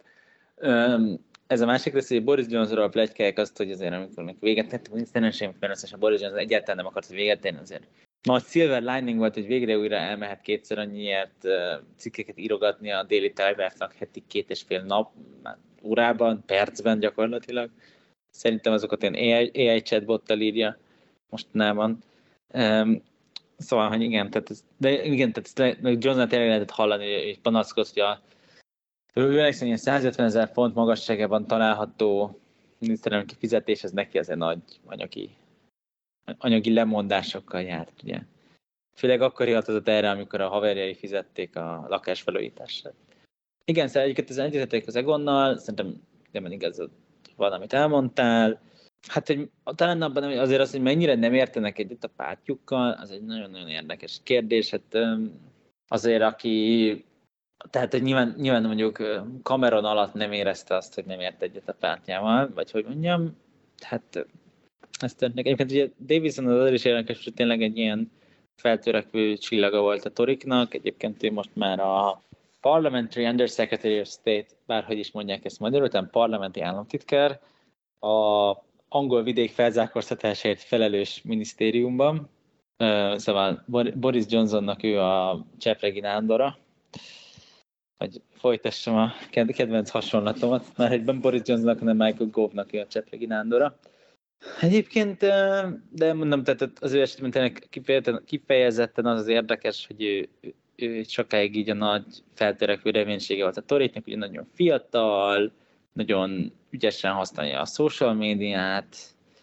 Ez a másik rész, hogy Boris Johnsonról pletykálják azt, hogy azért amikor még véget tettünk, miniszterelnökségnek, természetesen Boris Johnson egyáltalán nem akart, hogy véget tenni, azért nagy silver lining volt, hogy végre újra elmehet kétszer annyiért cikkeket írogatni a Daily Telegraph-nak heti két és fél nap, órában, percben gyakorlatilag. Szerintem azokat ilyen á i chatbottal írja mostanában. Um, szóval, hogy igen, tehát ez, de igen, tehát Johnson tényleg lehetett hallani, hogy panaszkodt, hogy a ő elég ilyen százötven ezer font magasságában található miniszterelnöki fizetés, ez neki azért nagy anyagi, anyagi lemondásokkal járt, ugye. Főleg akkor hivatkozott erre, amikor a haverjai fizették a lakás felújítását. Igen, szóval egyiket az egyetetek az Egonnal, szerintem nem igaz, valamit elmondtál. Hát, hogy talán abban azért az, hogy mennyire nem értenek egyet a pártjukkal, az egy nagyon-nagyon érdekes kérdés. Hát azért, aki... Tehát, hogy nyilván, nyilván mondjuk Cameron alatt nem érezte azt, hogy nem ért egyet a pártjával, vagy hogy mondjam, hát ezt történik. Egyébként ugye Davison az is érdekes, hogy tényleg egy ilyen feltörekvő csillaga volt a Toriknak, egyébként ő most már a Parliamentary Undersecretary of State, bárhogy is mondják ezt magyarul, tehát parlamenti államtitkár, a angol vidék felzárkóztatásáért felelős minisztériumban, szóval Boris Johnsonnak ő a csepregi nándora, hogy folytassam a kedvenc hasonlatomat, már egyben Boris Johnsonnak, hanem Michael Gove-nak ő a csepregi nándora. Egyébként, de mondom, tehát az ő esetben kifejezetten az az érdekes, hogy ő, ő, ő sokáig így a nagy feltörekvő reménysége volt a Toriknak, ugye nagyon fiatal, nagyon ügyesen használja a social médiát,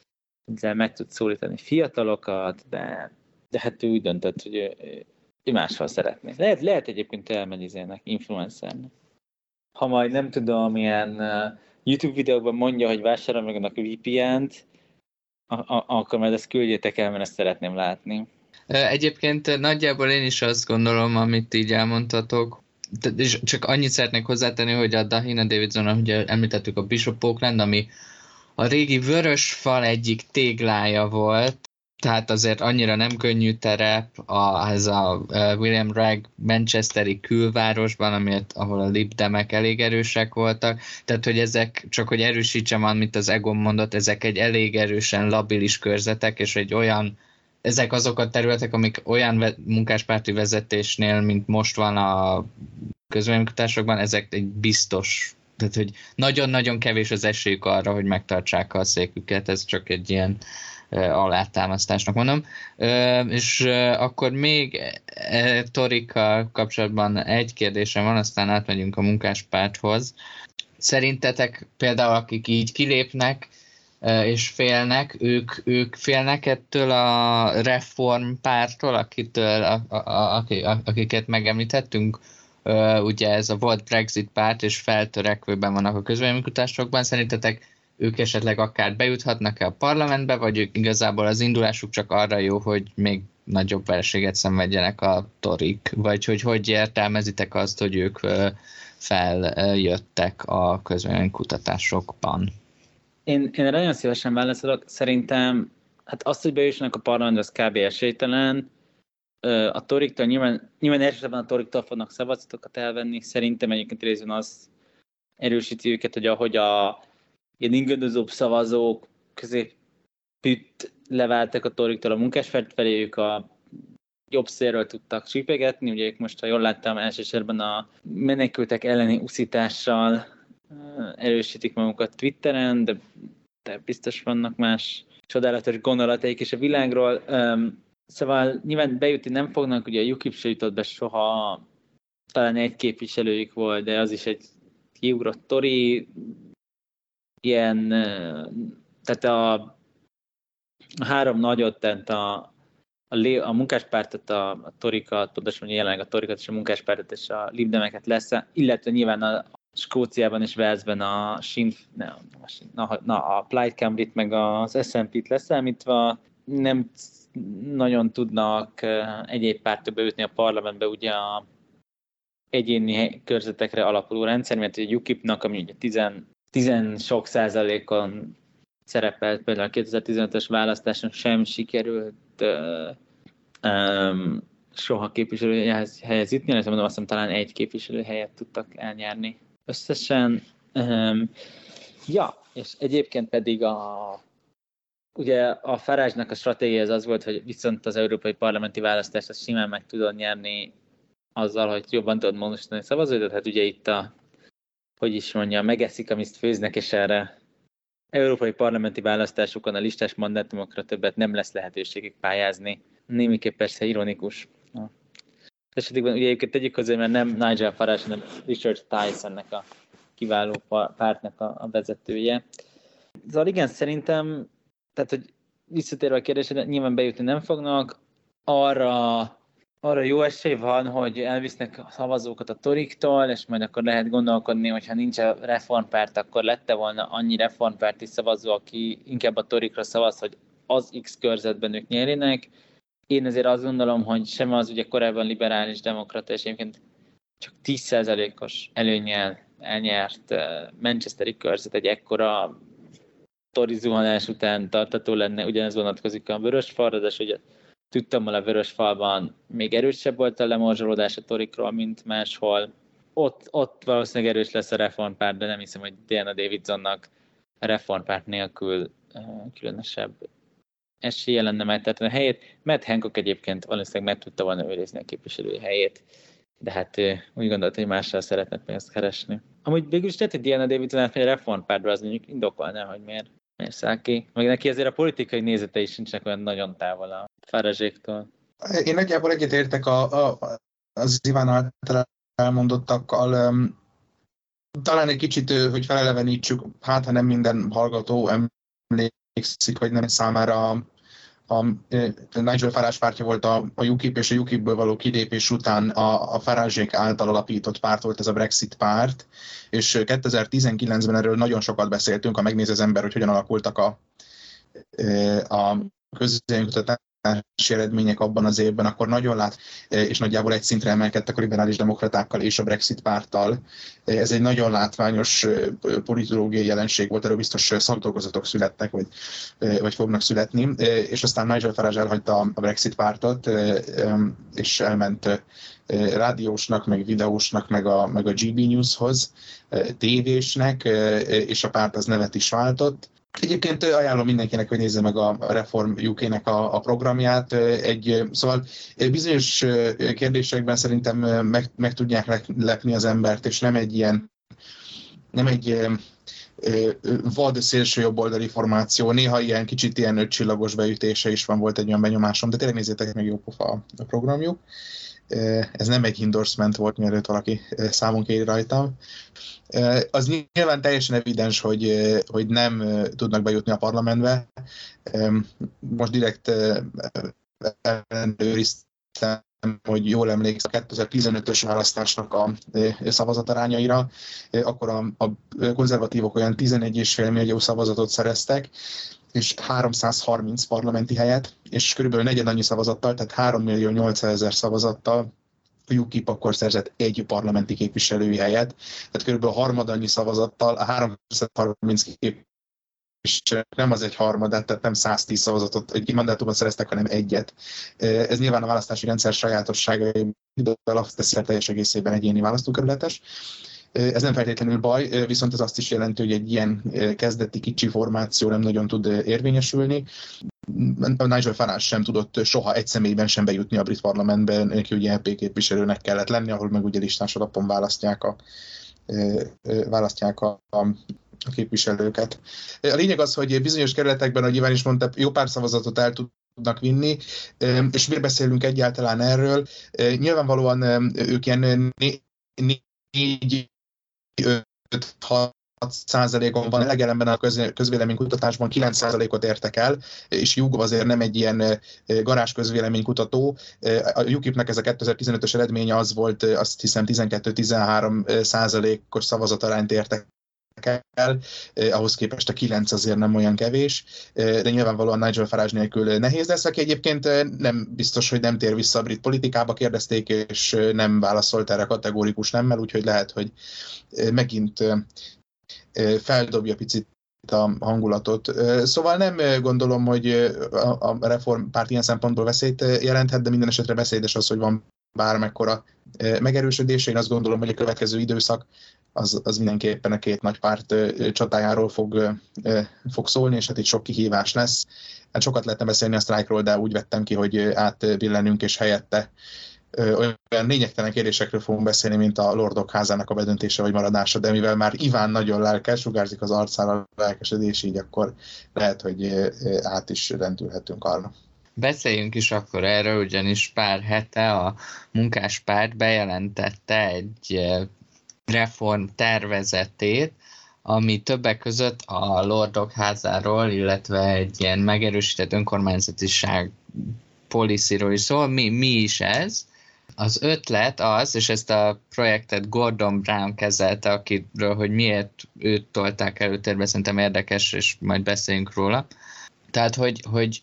ezzel meg tud szólítani fiatalokat, de, de hát ő úgy döntött, hogy ő, ő máshol szeretné. Lehet, lehet egyébként elmenizének, influencernek. Ha majd nem tudom, milyen uh, YouTube videóban mondja, hogy vásárol meg a vé pé en-t, a- a- akkor majd ezt küldjétek el, mert ezt szeretném látni. Egyébként nagyjából én is azt gondolom, amit így elmondtatok, és csak annyit szeretnék hozzátenni, hogy a Dahina Davidson, ugye említettük a Bishop Auckland, ami a régi vörös fal egyik téglája volt, tehát azért annyira nem könnyű terep a, ez a William Ragg manchesteri külvárosban, amit, ahol a Lib Demek elég erősek voltak, tehát hogy ezek, csak hogy erősítsem, amit az Egon mondott, ezek egy elég erősen labilis körzetek, és egy olyan, ezek azok a területek, amik olyan munkáspárti vezetésnél, mint most van a közvéleménykutatásokban, ezek egy biztos, tehát hogy nagyon-nagyon kevés az esélyük arra, hogy megtartsák a széküket, ez csak egy ilyen alátámasztásnak mondom. És akkor még Torikkal kapcsolatban egy kérdésem van, aztán átmegyünk a munkáspárthoz. Szerintetek például, akik így kilépnek és félnek, ők, ők félnek ettől a reformpártól, akitől, a, a, a, akiket megemlítettünk? Ugye ez a volt Brexit párt, és feltörekvőben vannak a közvéleménykutatásokban. Szerintetek ők esetleg akár bejuthatnak-e a parlamentbe, vagy ők igazából az indulásuk csak arra jó, hogy még nagyobb vereséget szenvedjenek a torik? Vagy hogy hogy értelmezitek azt, hogy ők feljöttek a közvéleménykutatásokban? Én, én nagyon szívesen válaszolok. Szerintem hát azt, hogy bejussanak a parlamentbe, az kb. Esélytelen. A toriktól nyilván, nyilván elsősorban a toriktól fognak szavazatokat elvenni. Szerintem egyébként részben az erősíti őket, hogy ahogy a ilyen ingadozóbb szavazók középütt leváltak a toriktól a munkáspárt felé, ők a jobb szélről tudtak csípegetni. Ugye ők most, ha jól láttam, elsősorban a menekültek elleni uszítással erősítik magukat Twitteren, de, de biztos vannak más csodálatos gondolataik is a világról. Szóval nyilván bejutni nem fognak, ugye a UKIP se jutott be soha, talán egy képviselőjük volt, de az is egy kiugrott tori, ilyen, tehát a, a három nagyot, tehát a, a, a munkáspártot, a, a torikat, pontosan jelenleg a torikat és a munkáspártot és a Lib Demeket lesz, illetve nyilván a Skóciában és Walesben a Sinn, ne, na, na, a Plaid Cymru-t meg az es en pé-t leszámítva nem nagyon tudnak egyéb pártok beütni a parlamentbe, ugye a egyéni körzetekre alapuló rendszer, mert a UKIP-nak, ami ugye tizen, tizen sok százalékon szerepelt, például a kétezer-tizenötös választáson sem sikerült uh, um, soha képviselőhelyhez helyez jutni, illetve mondom, azt hiszem talán egy képviselőhelyet tudtak elnyerni összesen. Um, ja, és egyébként pedig a ugye a Farage-nak a stratégia az az volt, hogy viszont az európai parlamenti választást azt simán meg tudod nyerni azzal, hogy jobban tudod módosítani szavazóidat. Hát ugye itt a, hogy is mondja, megeszik, amit főznek, és erre európai parlamenti választásokon a listás mandátumokra többet nem lesz lehetőségük pályázni. Némiképp persze ironikus. Esetében ugye egyébként tegyük hozzá, mert nem Nigel Farage, hanem Richard Tysonnek a kiváló pártnak a, a vezetője. Szóval igen, szerintem, tehát, hogy visszatérve a kérdésre, nyilván bejutni nem fognak. Arra, arra jó esély van, hogy elvisznek a szavazókat a toriktól, és majd akkor lehet gondolkodni, hogyha nincs a reformpárt, akkor lette volna annyi reformpárti szavazó, aki inkább a torikra szavaz, hogy az X körzetben ők nyerjenek. Én azért azt gondolom, hogy sem az ugye korábban liberális demokrata, és egyébként csak tíz százalékos előnnyel elnyert manchesteri körzet egy ekkora tori zuhanás után tartató lenne, ugyanez vonatkozik a Vörösfalra, de ugye tudtam, hogy a Vörösfalban még erősebb volt a lemorzsolódás a torikról, mint máshol. Ott, ott valószínűleg erős lesz a reformpárt, de nem hiszem, hogy Diana Davidsonnak a reformpárt nélkül uh, különösebb esélye lenne megtartani a helyét. Matt Hancock egyébként valószínűleg meg tudta volna őrizni a képviselői helyét, de hát uh, úgy gondolta, hogy mással szeretne pénzt keresni. Amúgy végül is lehet, hogy Diana Davidson átmegy a reformpártba, az mondjuk indokolná, hogy miért. Miért száll ki? Meg neki azért a politikai nézetei sincsenek olyan nagyon távol a Farage-éktól. Én nagyjából egyetértek a, a, az Iván által elmondottakkal. Talán egy kicsit, hogy felelevenítsük, hát ha nem minden hallgató emlékszik, vagy nem, számára a, a Nigel Farage pártja volt a, a UKIP, és a UKIP-ből való kilépés után a, a Farage-ék által alapított párt volt ez a Brexit párt, és kétezer-tizenkilencben erről nagyon sokat beszéltünk, ha megnéz az ember, hogy hogyan alakultak a, a közvéleménykutatási eredmények abban az évben, akkor nagyon lát, és nagyjából egy szintre emelkedtek a liberális demokratákkal és a Brexit párttal. Ez egy nagyon látványos politológiai jelenség volt, erről biztos szakdolgozatok születtek, vagy, vagy fognak születni, és aztán Nigel Farage elhagyta a Brexit pártot, és elment rádiósnak, meg videósnak, meg a, meg a gé bé Newshoz, tévésnek, és a párt az nevet is váltott. Egyébként ajánlom mindenkinek, hogy nézze meg a Reform u ká-nek a, a programját. Egy, szóval bizonyos kérdésekben szerintem meg, meg tudják lepni az embert, és nem egy ilyen, nem egy vad szélső jobboldali formáció, néha ilyen kicsit ilyen ötcsillagos beütése is van, volt egy olyan benyomásom, de tényleg nézzétek meg, jó pofa a programjuk. Ez nem egy endorsement volt, mielőtt valaki számon kéri rajtam. Az nyilván teljesen evidens, hogy, hogy nem tudnak bejutni a parlamentbe. Most direkt ellenőriztem, hogy jól emlékszem a kétezer-tizenötös választásnak a szavazatarányaira, akkor a, a konzervatívok olyan tizenegy egész öt millió szavazatot szereztek, és háromszázharminc parlamenti helyet, és körülbelül negyed annyi szavazattal, tehát három millió nyolcszázezer szavazattal a UKIP akkor szerzett egy parlamenti képviselői helyet, tehát körülbelül harmad annyi szavazattal a háromszázharminc képviselő, nem az egy harmadát, tehát nem száztíz szavazatot egy mandátumban szereztek, hanem egyet. Ez nyilván a választási rendszer sajátosságai, de azt teszi teljes egészében egyéni választókerületes. Ez nem feltétlenül baj, viszont ez azt is jelenti, hogy egy ilyen kezdeti kicsi formáció nem nagyon tud érvényesülni. Nigel Farage sem tudott soha egy személyben sem bejutni a brit parlamentbe, neki ugye é pé képviselőnek kellett lenni, ahol meg ugye listás alapon választják a, választják a, a a képviselőket. A lényeg az, hogy bizonyos kerületekben, ahogy Iván is mondta, jó pár szavazatot el tudnak vinni, és miért beszélünk egyáltalán erről? Nyilvánvalóan ők ilyen négy öt hat százalékon van, legelemben a közvéleménykutatásban kilenc százalékot értek el, és YouGov azért nem egy ilyen garázs közvéleménykutató. A UKIP-nek ez a kétezer-tizenötös eredménye az volt, azt hiszem tizenkét-tizenhárom százalékos szavazatarányt értek el, ahhoz képest a kilenc azért nem olyan kevés, de nyilvánvalóan Nigel Farage nélkül nehéz lesz, aki egyébként nem biztos, hogy nem tér vissza a brit politikába, kérdezték, és nem válaszolt erre kategórikus nemmel, úgyhogy lehet, hogy megint feldobja picit a hangulatot. Szóval nem gondolom, hogy a reformpárt ilyen szempontból veszélyt jelenthet, de minden esetre beszédes az, hogy van bármekkora megerősödés. Én azt gondolom, hogy a következő időszak az, az mindenképpen a két nagy párt csatájáról fog, fog szólni, és hát itt sok kihívás lesz. Hát sokat lehetne beszélni a sztrájkról, de úgy vettem ki, hogy átbillenünk, és helyette olyan lényegtelen kérdésekről fogunk beszélni, mint a Lordok házának a bedöntése vagy maradása, de mivel már Iván nagyon lelkes, sugárzik az arcára a lelkesedés, így akkor lehet, hogy át is rendülhetünk arra. Beszéljünk is akkor erről, ugyanis pár hete a munkáspárt bejelentette egy reform tervezetét, ami többek között a Lordok házáról, illetve egy ilyen megerősített önkormányzatiság policyról is szól. Mi, mi is ez? Az ötlet az, és ezt a projektet Gordon Brown kezelte, akiről, hogy miért őt tolták előtérbe, szerintem érdekes, és majd beszéljünk róla. Tehát, hogy, hogy,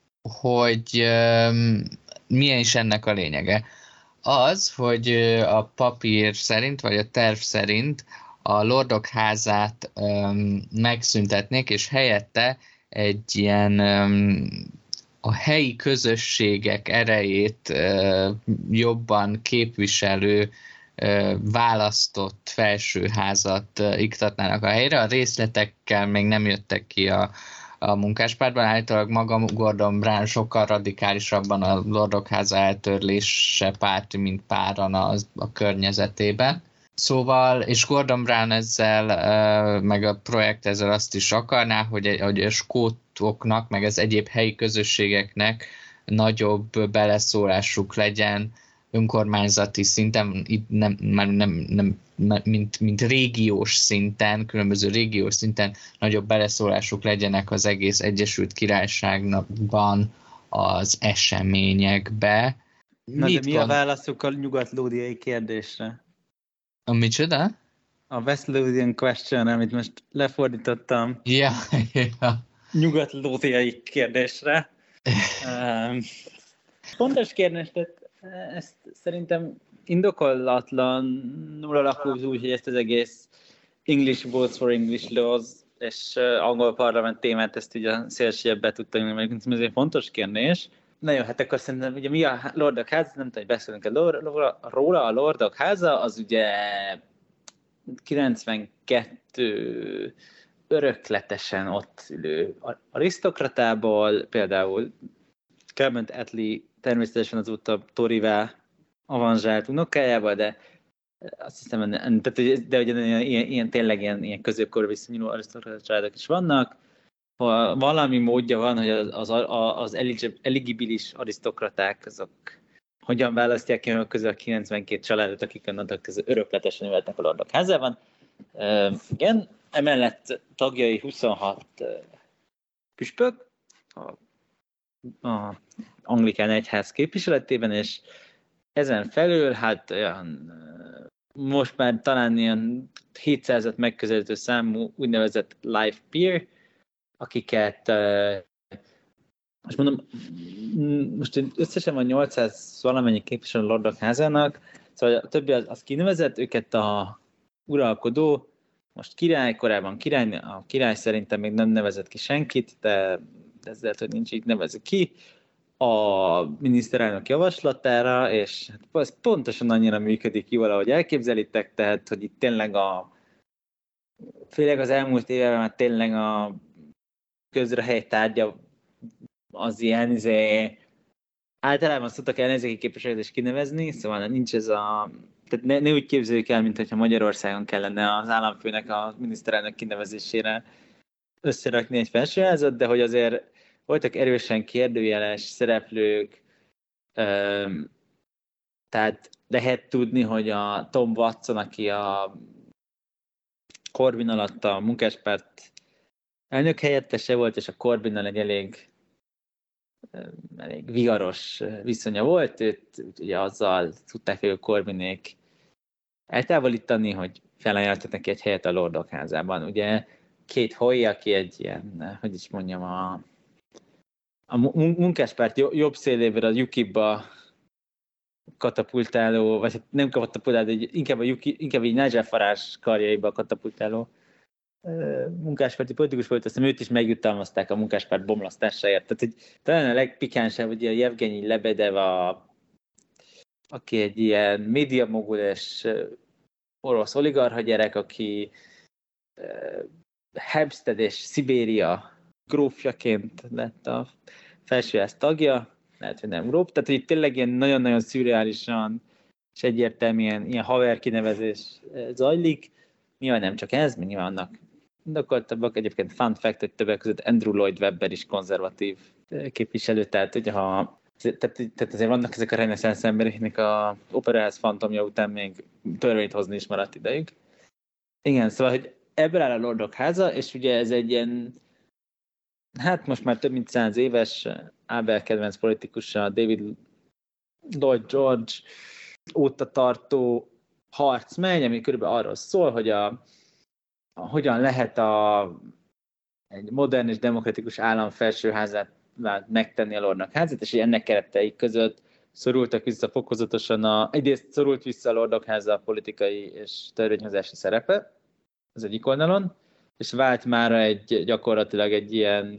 hogy um, milyen is ennek a lényege? Az, hogy a papír szerint, vagy a terv szerint a Lordok házát um, megszüntetnék, és helyette egy ilyen um, a helyi közösségek erejét uh, jobban képviselő uh, választott felsőházat uh, iktatnának a helyre. A részletekkel még nem jöttek ki a, a munkáspártban. Állítólag maga Gordon Brown sokkal radikálisabban a Lordok háza eltörlése párti, mint páran a, a környezetében. Szóval, és Gordon Brown ezzel, meg a projekt ezzel azt is akarná, hogy, hogy a skótoknak, meg az egyéb helyi közösségeknek nagyobb beleszólásuk legyen önkormányzati szinten, itt nem, már nem, nem mint, mint régiós szinten, különböző régiós szinten nagyobb beleszólásuk legyenek az egész Egyesült Királyságban az eseményekbe. Na de mi gond... a válaszuk a nyugat-lódiai kérdésre? A micsoda? A West Lothian question, amit most lefordítottam. Ja, ja. Nyugat-lódiai kérdésre. um, fontos kérdés, tehát ezt szerintem indokolatlanul alakult úgy, hogy ezt az egész English Votes for English Laws és angol parlament témát ezt ugye a szélsőjebbe tudta jönni, mert ez egy fontos kérdés. Na jó, hát akkor szerintem ugye mi a Lordok háza, nem tudom, hogy beszélünk-e róla, a Lordok háza, az ugye kilencvenkettő örökletesen ott ülő arisztokratából, például Clement Attlee természetesen azóta Torivá avanzsált unokájával, de azt hiszem, tehát, de ugye ilyen, ilyen, tényleg ilyen, ilyen középkorú viszonyuló arisztokrata családok is vannak. Ha valami módja van, hogy az, az, az eligibilis arisztokraták, azok hogyan választják ki önök közül a kilencvenkét családot, akik annak közül örökletesen ülhetnek a Lordok házában. Uh, igen, emellett tagjai huszonhat uh, püspök a, a anglikán egyház képviseletében, és ezen felül, hát olyan, uh, most már talán ilyen hétszázat megközelítő számú úgynevezett live peer, akiket uh, most mondom, most összesen van nyolcszáz valamennyi képviselő a Lordok házának, szóval a többi az, az kinevezett, őket a uralkodó, most király, korábban király, a király szerintem még nem nevezett ki senkit, de ez lehet, hogy nincs így nevezik ki, a miniszterelnök javaslatára, és ez pontosan annyira működik jól, ahogy elképzelitek, tehát, hogy itt tényleg a főleg az elmúlt években már tényleg a közrehely tárgya az ilyen, izé, általában szoktak ellenzéki képviselőt is kinevezni, szóval nincs ez a... Tehát ne, ne úgy képzeljük el, mintha Magyarországon kellene az államfőnek a miniszterelnök kinevezésére összerakni egy felsőházat, de hogy azért voltak erősen kérdőjeles szereplők, öm, tehát lehet tudni, hogy a Tom Watson, aki a Corbyn alatt a munkáspárt elnök helyettese volt, és a Corbynnal egy elég elég viharos viszonya volt, őt ugye azzal tudták ők Corbynék eltávolítani, hogy felajánlottak neki egy helyet a Lordok házában. Ugye Kate Hoy, aki egy ilyen, hogy is mondjam, a, a munkáspárt jobb széléből a UKIP-ba katapultáló, vagy nem katapultáló, de inkább, a UKIP, inkább így Nigel Farage karjaiba katapultáló munkáspárti politikus volt, aztán őt is megjutalmazták a munkáspárt bomlasztásáért. Tehát hogy talán a legpikánsabb, ugye a Jevgenyi Lebedev, a, aki egy ilyen médiamogul és orosz oligarcha gyerek, aki uh, Hempstead és Szibéria grófjaként lett a felsőház tagja, lehet, hogy nem gróf, tehát hogy tényleg ilyen nagyon-nagyon szürreálisan és egyértelműen ilyen haver kinevezés zajlik. Nyilván nem csak ez, mert nyilván annak indokoltabbak. Egyébként fun fact, hogy többek között Andrew Lloyd Webber is konzervatív képviselő, tehát ugye ha tehát, tehát azért vannak ezek a reneszánsz embereknek a operaház fantomja után még törvényt hozni is maradt idejük. Igen, szóval, hogy ebből áll a Lordok háza, és ugye ez egy ilyen, hát most már több mint száz éves Ábel kedvenc politikusa, David Lloyd George óta tartó harc megy, ami körülbelül arról szól, hogy a, a, hogyan lehet a, egy modern és demokratikus állam felsőházát megtenni a Lordok házát, és ennek keretei között szorultak vissza fokozatosan, a, egyrészt szorult vissza a Lordok háza a politikai és törvényhozási szerepe az egyik oldalon, és vált már egy gyakorlatilag egy ilyen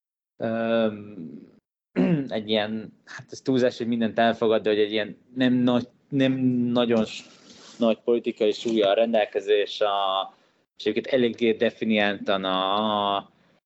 um, egy ilyen, hát ez túlzás, hogy mindent elfogad, de hogy egy ilyen nem, nagy, nem nagyon nagy politikai súlya a rendelkezés, a, és egyébként eléggé definiáltan a,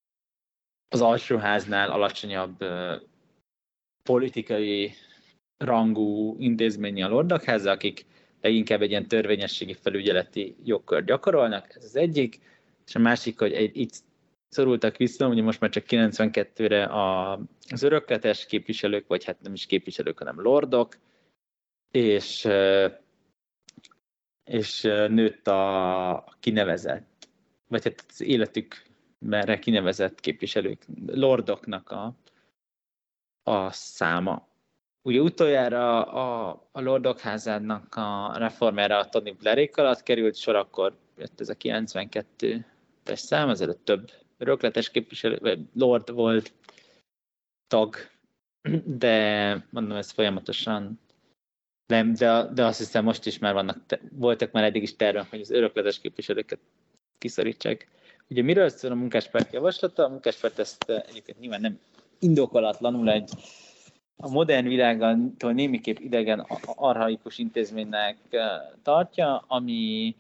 az alsóháznál alacsonyabb uh, politikai rangú intézményi a Lordok háza, akik leginkább egy ilyen törvényességi felügyeleti jogkört gyakorolnak, ez az egyik, és a másik, hogy egy, itt szorultak vissza, ugye most már csak kilencvenkettőre a, az örökletes képviselők, vagy hát nem is képviselők, hanem lordok, és, és nőtt a kinevezett, vagy hát az életükben kinevezett képviselők, lordoknak a, a száma. Ugye utoljára a, a Lordok házának a reformjára a Tony Blairék alatt került sor, akkor jött ez a kilencvenkettes szám, azért több örökletes képviselő, vagy lord volt, tag, de mondom, ez folyamatosan nem, de, de azt hiszem most is már vannak, voltak már eddig is tervek, hogy az örökletes képviselőket kiszorítsák. Ugye miről szól a munkáspárt javaslata? A munkáspárt ezt egyébként nyilván nem indokolatlanul egy a modern világtól némiképp idegen, archaikus intézménynek tartja, ami,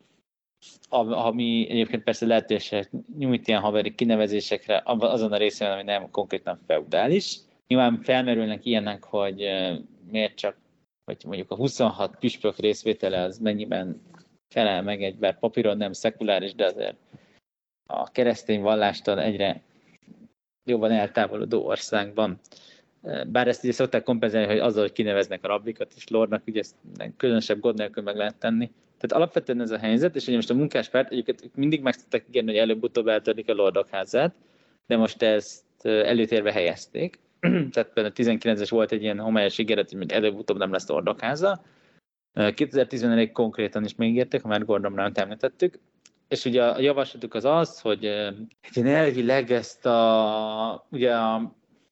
ami egyébként persze lehetőség nyújt ilyen haveri kinevezésekre azon a részén, ami nem konkrétan feudális. Nyilván felmerülnek ilyenek, hogy miért csak, hogy mondjuk a huszonhat püspök részvétele az mennyiben felel meg egy, bár papíron nem szekuláris, de azért a keresztény vallástól egyre jobban eltávolodó országban. Bár ezt ugye szokták kompenzálni, hogy azzal, hogy kineveznek a rabbikat és lordnak, ugye ezt különösebb gond nélkül meg lehet tenni. Tehát alapvetően ez a helyzet, és ugye most a munkáspárt egyébként mindig meg szokták ígérni, hogy előbb-utóbb eltörlik a lordok házát, de most ezt előtérbe helyezték. Tehát például tizenkilences volt egy ilyen homályos ígéret, hogy előbb-utóbb nem lesz lordok háza. kétezer-tízben elég konkrétan is megígérték, ha már Gordon Brown-t említettük. És ugye a javaslatuk az az, hogy egy elvileg ezt a, ugye a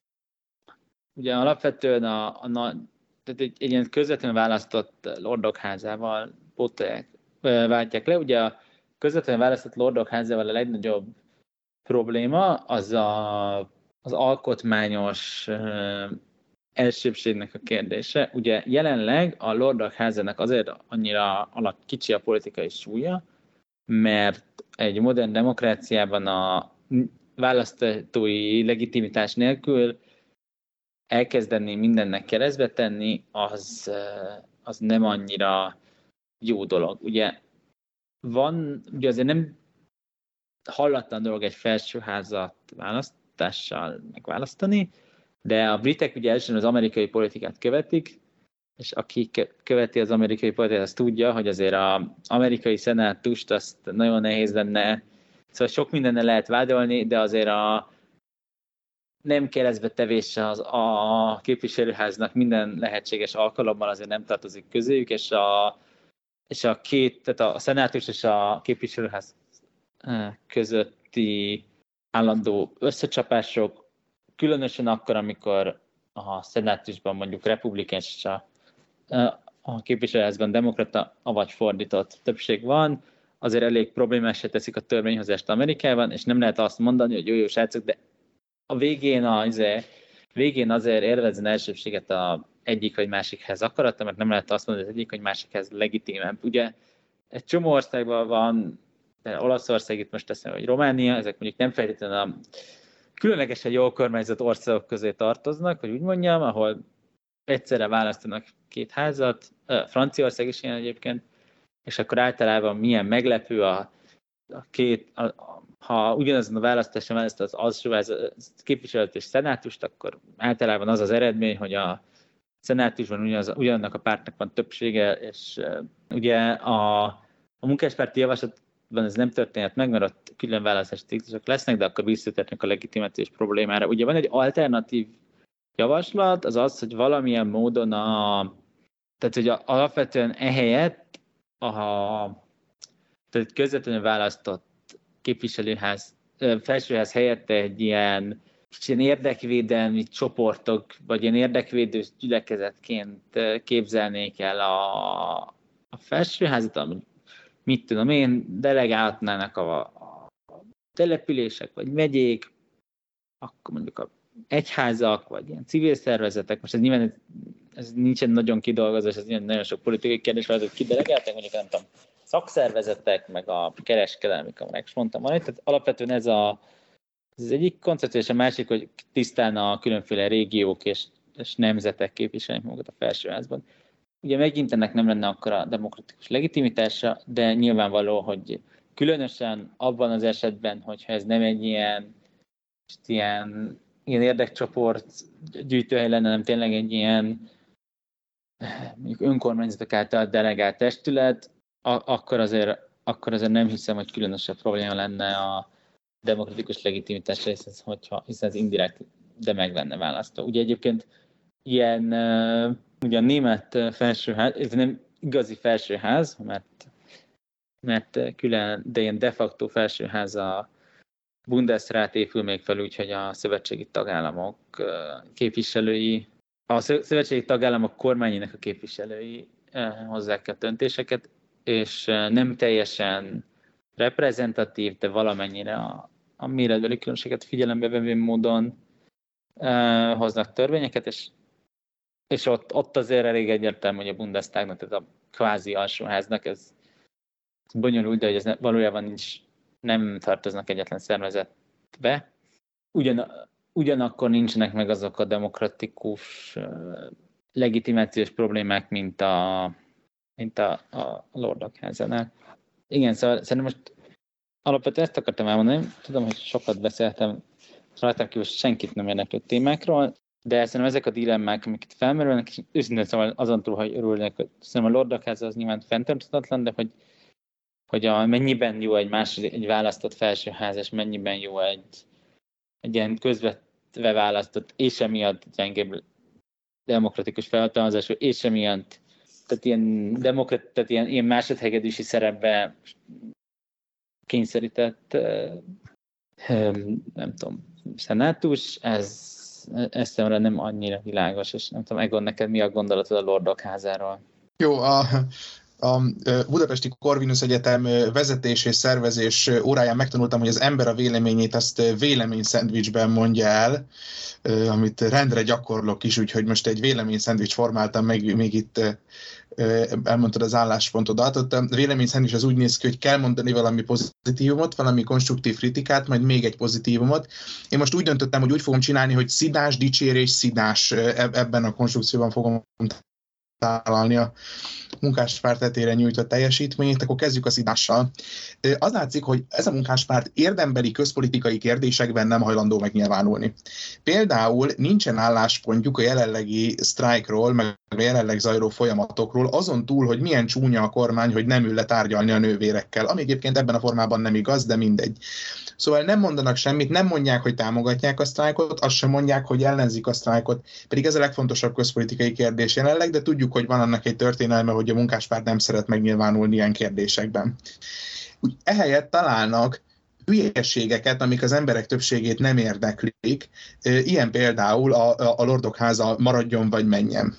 Ugye alapvetően a, a, a tehát egy, egy ilyen közvetlenül választott lordok házával pótolják, váltják le. Ugye a közvetlenül választott lordok házával a legnagyobb probléma az a, az alkotmányos uh, elsőbségnek a kérdése. Ugye jelenleg a lordok házának azért annyira alatt kicsi a politikai súlya, mert egy modern demokráciában a választói legitimitás nélkül elkezdeni mindennek keresztbe tenni, az, az nem annyira jó dolog. Ugye van, ugye azért nem hallatlan dolog egy felsőházat választással megválasztani, de a britek ugye elsősorban az amerikai politikát követik, és aki követi az amerikai politikát, az tudja, hogy azért az amerikai szenátust azt nagyon nehéz lenne, szóval sok mindenne lehet vádolni, de azért a nem keresztbe tevése az a képviselőháznak minden lehetséges alkalommal azért nem tartozik közéjük, és a, és a két, tehát a szenátus és a képviselőház közötti állandó összecsapások, különösen akkor, amikor a szenátusban mondjuk republikáns és a, a képviselőházban demokrata, avagy fordított többség van, azért elég problémásra teszik a törvényhozást Amerikában, és nem lehet azt mondani, hogy jó, jó srácok, de a végén, a, azért, végén azért élvezzen elsőbséget a egyik vagy másikhez akarata, mert nem lehet azt mondani, hogy az egyik vagy másikhez legitimebb. Ugye egy csomó országban van, Olaszország, itt most teszem, hogy Románia, ezek mondjuk nem feltétlenül a különlegesen jól kormányzott országok közé tartoznak, hogy úgy mondjam, ahol egyszerre választanak két házat, Franciaország is ilyen egyébként, és akkor általában milyen meglepő a, a két, a, a, ha ugyanazon a választáson választ az alsóház képviselőt és szenátust, akkor általában az az eredmény, hogy a szenátusban ugyanaz, ugyanannak a pártnak van többsége, és uh, ugye a, a munkáspárti javaslatban ez nem történhet meg, mert ott külön választási ciklusok lesznek, de akkor visszatérnek a legitimációs problémára. Ugye van egy alternatív javaslat, az az, hogy valamilyen módon a, tehát hogy a, alapvetően ehelyett a, tehát közvetlenül választott képviselőház, felsőház helyett egy ilyen, ilyen érdekvédelmi csoportok, vagy ilyen érdekvédő gyülekezetként képzelnék el a, a felsőházat, amit mit tudom én, delegálhatnának a, a települések, vagy megyék, akkor mondjuk a egyházak, vagy ilyen civil szervezetek, most ez nyilván ez, ez nincsen nagyon kidolgozva, és ez nagyon sok politikai kérdés, hogy kidelegálták, mondjuk nem tudom, szakszervezetek, meg a kereskedelmi kamarák, és mondtam valamit, tehát alapvetően ez, a, ez az egyik koncepció, és a másik, hogy tisztán a különféle régiók és, és nemzetek képviselik magukat a felsőházban. Ugye megint ennek nem lenne akkor a demokratikus legitimitása, de nyilvánvaló, hogy különösen abban az esetben, hogyha ez nem egy ilyen, ilyen, ilyen érdekcsoport gyűjtőhely lenne, nem tényleg egy ilyen mondjuk önkormányzatok által delegált testület, a- akkor, azért, akkor azért nem hiszem, hogy különösebb probléma lenne a demokratikus legitimitásra, hiszen, hogyha, hiszen az indirekt, de meg lenne választó. Ugye egyébként ilyen, ugye a német felsőház, ez nem igazi felsőház, mert, mert külön, de ilyen de facto felsőház a Bundesrat épül még fel, úgyhogy a szövetségi tagállamok képviselői, a szövetségi tagállamok kormányának a képviselői hozzák a döntéseket, és nem teljesen reprezentatív, de valamennyire a, a méretbeli különbséget figyelembe vevő módon uh, hoznak törvényeket, és, és ott, ott azért elég egyértelmű, hogy a Bundestagnak, tehát a kvázi alsóháznak ez, ez bonyolult, de hogy ez ne, valójában nincs, nem tartoznak egyetlen szervezetbe. Ugyan, ugyanakkor nincsenek meg azok a demokratikus uh, legitimációs problémák, mint a, mint a, a Lordok házánál. Igen, szóval szerintem most alapvetően ezt akartam elmondani. Tudom, hogy sokat beszéltem, rajtam kívül senkit nem érdeklő témákról, de szerintem ezek a dilemmák, amiket felmerülnek, és őszintén szóval azon túl, hogy örülnek, hogy szerintem a Lordok háza az nyilván fenntarthatatlan, de hogy, hogy a, mennyiben jó egy második, egy választott felsőház, és mennyiben jó egy, egy ilyen közvetve választott, és emiatt gyengébb demokratikus felhatalmazású, és emiatt tehát ilyen, demokrat, tehát ilyen, ilyen másodhegedűsi szerepbe kényszerített, nem tudom, szenátus, ez, ez számomra nem annyira világos, és nem tudom, Egon, neked mi a gondolatod a Lordok házáról? Jó, a, a Budapesti Corvinus Egyetem vezetés és szervezés óráján megtanultam, hogy az ember a véleményét azt vélemény szendvicsben mondja el, amit rendre gyakorlok is, úgyhogy most egy vélemény szendvics formáltam meg, még itt elmondtad az álláspontodat. Ott a vélemény szendvics az úgy néz ki, hogy kell mondani valami pozitívumot, valami konstruktív kritikát, majd még egy pozitívumot. Én most úgy döntöttem, hogy úgy fogom csinálni, hogy szidás, dicsérés, szidás, ebben a konstrukcióban fogom tálalni a munkáspárt tetére nyújtott teljesítményt, akkor kezdjük a szidással. Az látszik, hogy ez a munkáspárt érdembeli közpolitikai kérdésekben nem hajlandó megnyilvánulni. Például nincsen álláspontjuk a jelenlegi sztrájkról, meg a jelenleg zajló folyamatokról, azon túl, hogy milyen csúnya a kormány, hogy nem ül le tárgyalni a nővérekkel, ami egyébként ebben a formában nem igaz, de mindegy. Szóval nem mondanak semmit, nem mondják, hogy támogatják a sztrájkot, azt sem mondják, hogy ellenzik a sztrájkot, pedig ez a legfontosabb közpolitikai kérdés jelenleg, de tudjuk, hogy van annak egy történelme, hogy a munkáspárt nem szeret megnyilvánulni ilyen kérdésekben. Úgy ehelyett találnak hülyeségeket, amik az emberek többségét nem érdeklik, ilyen például a, a Lordok háza maradjon vagy menjen.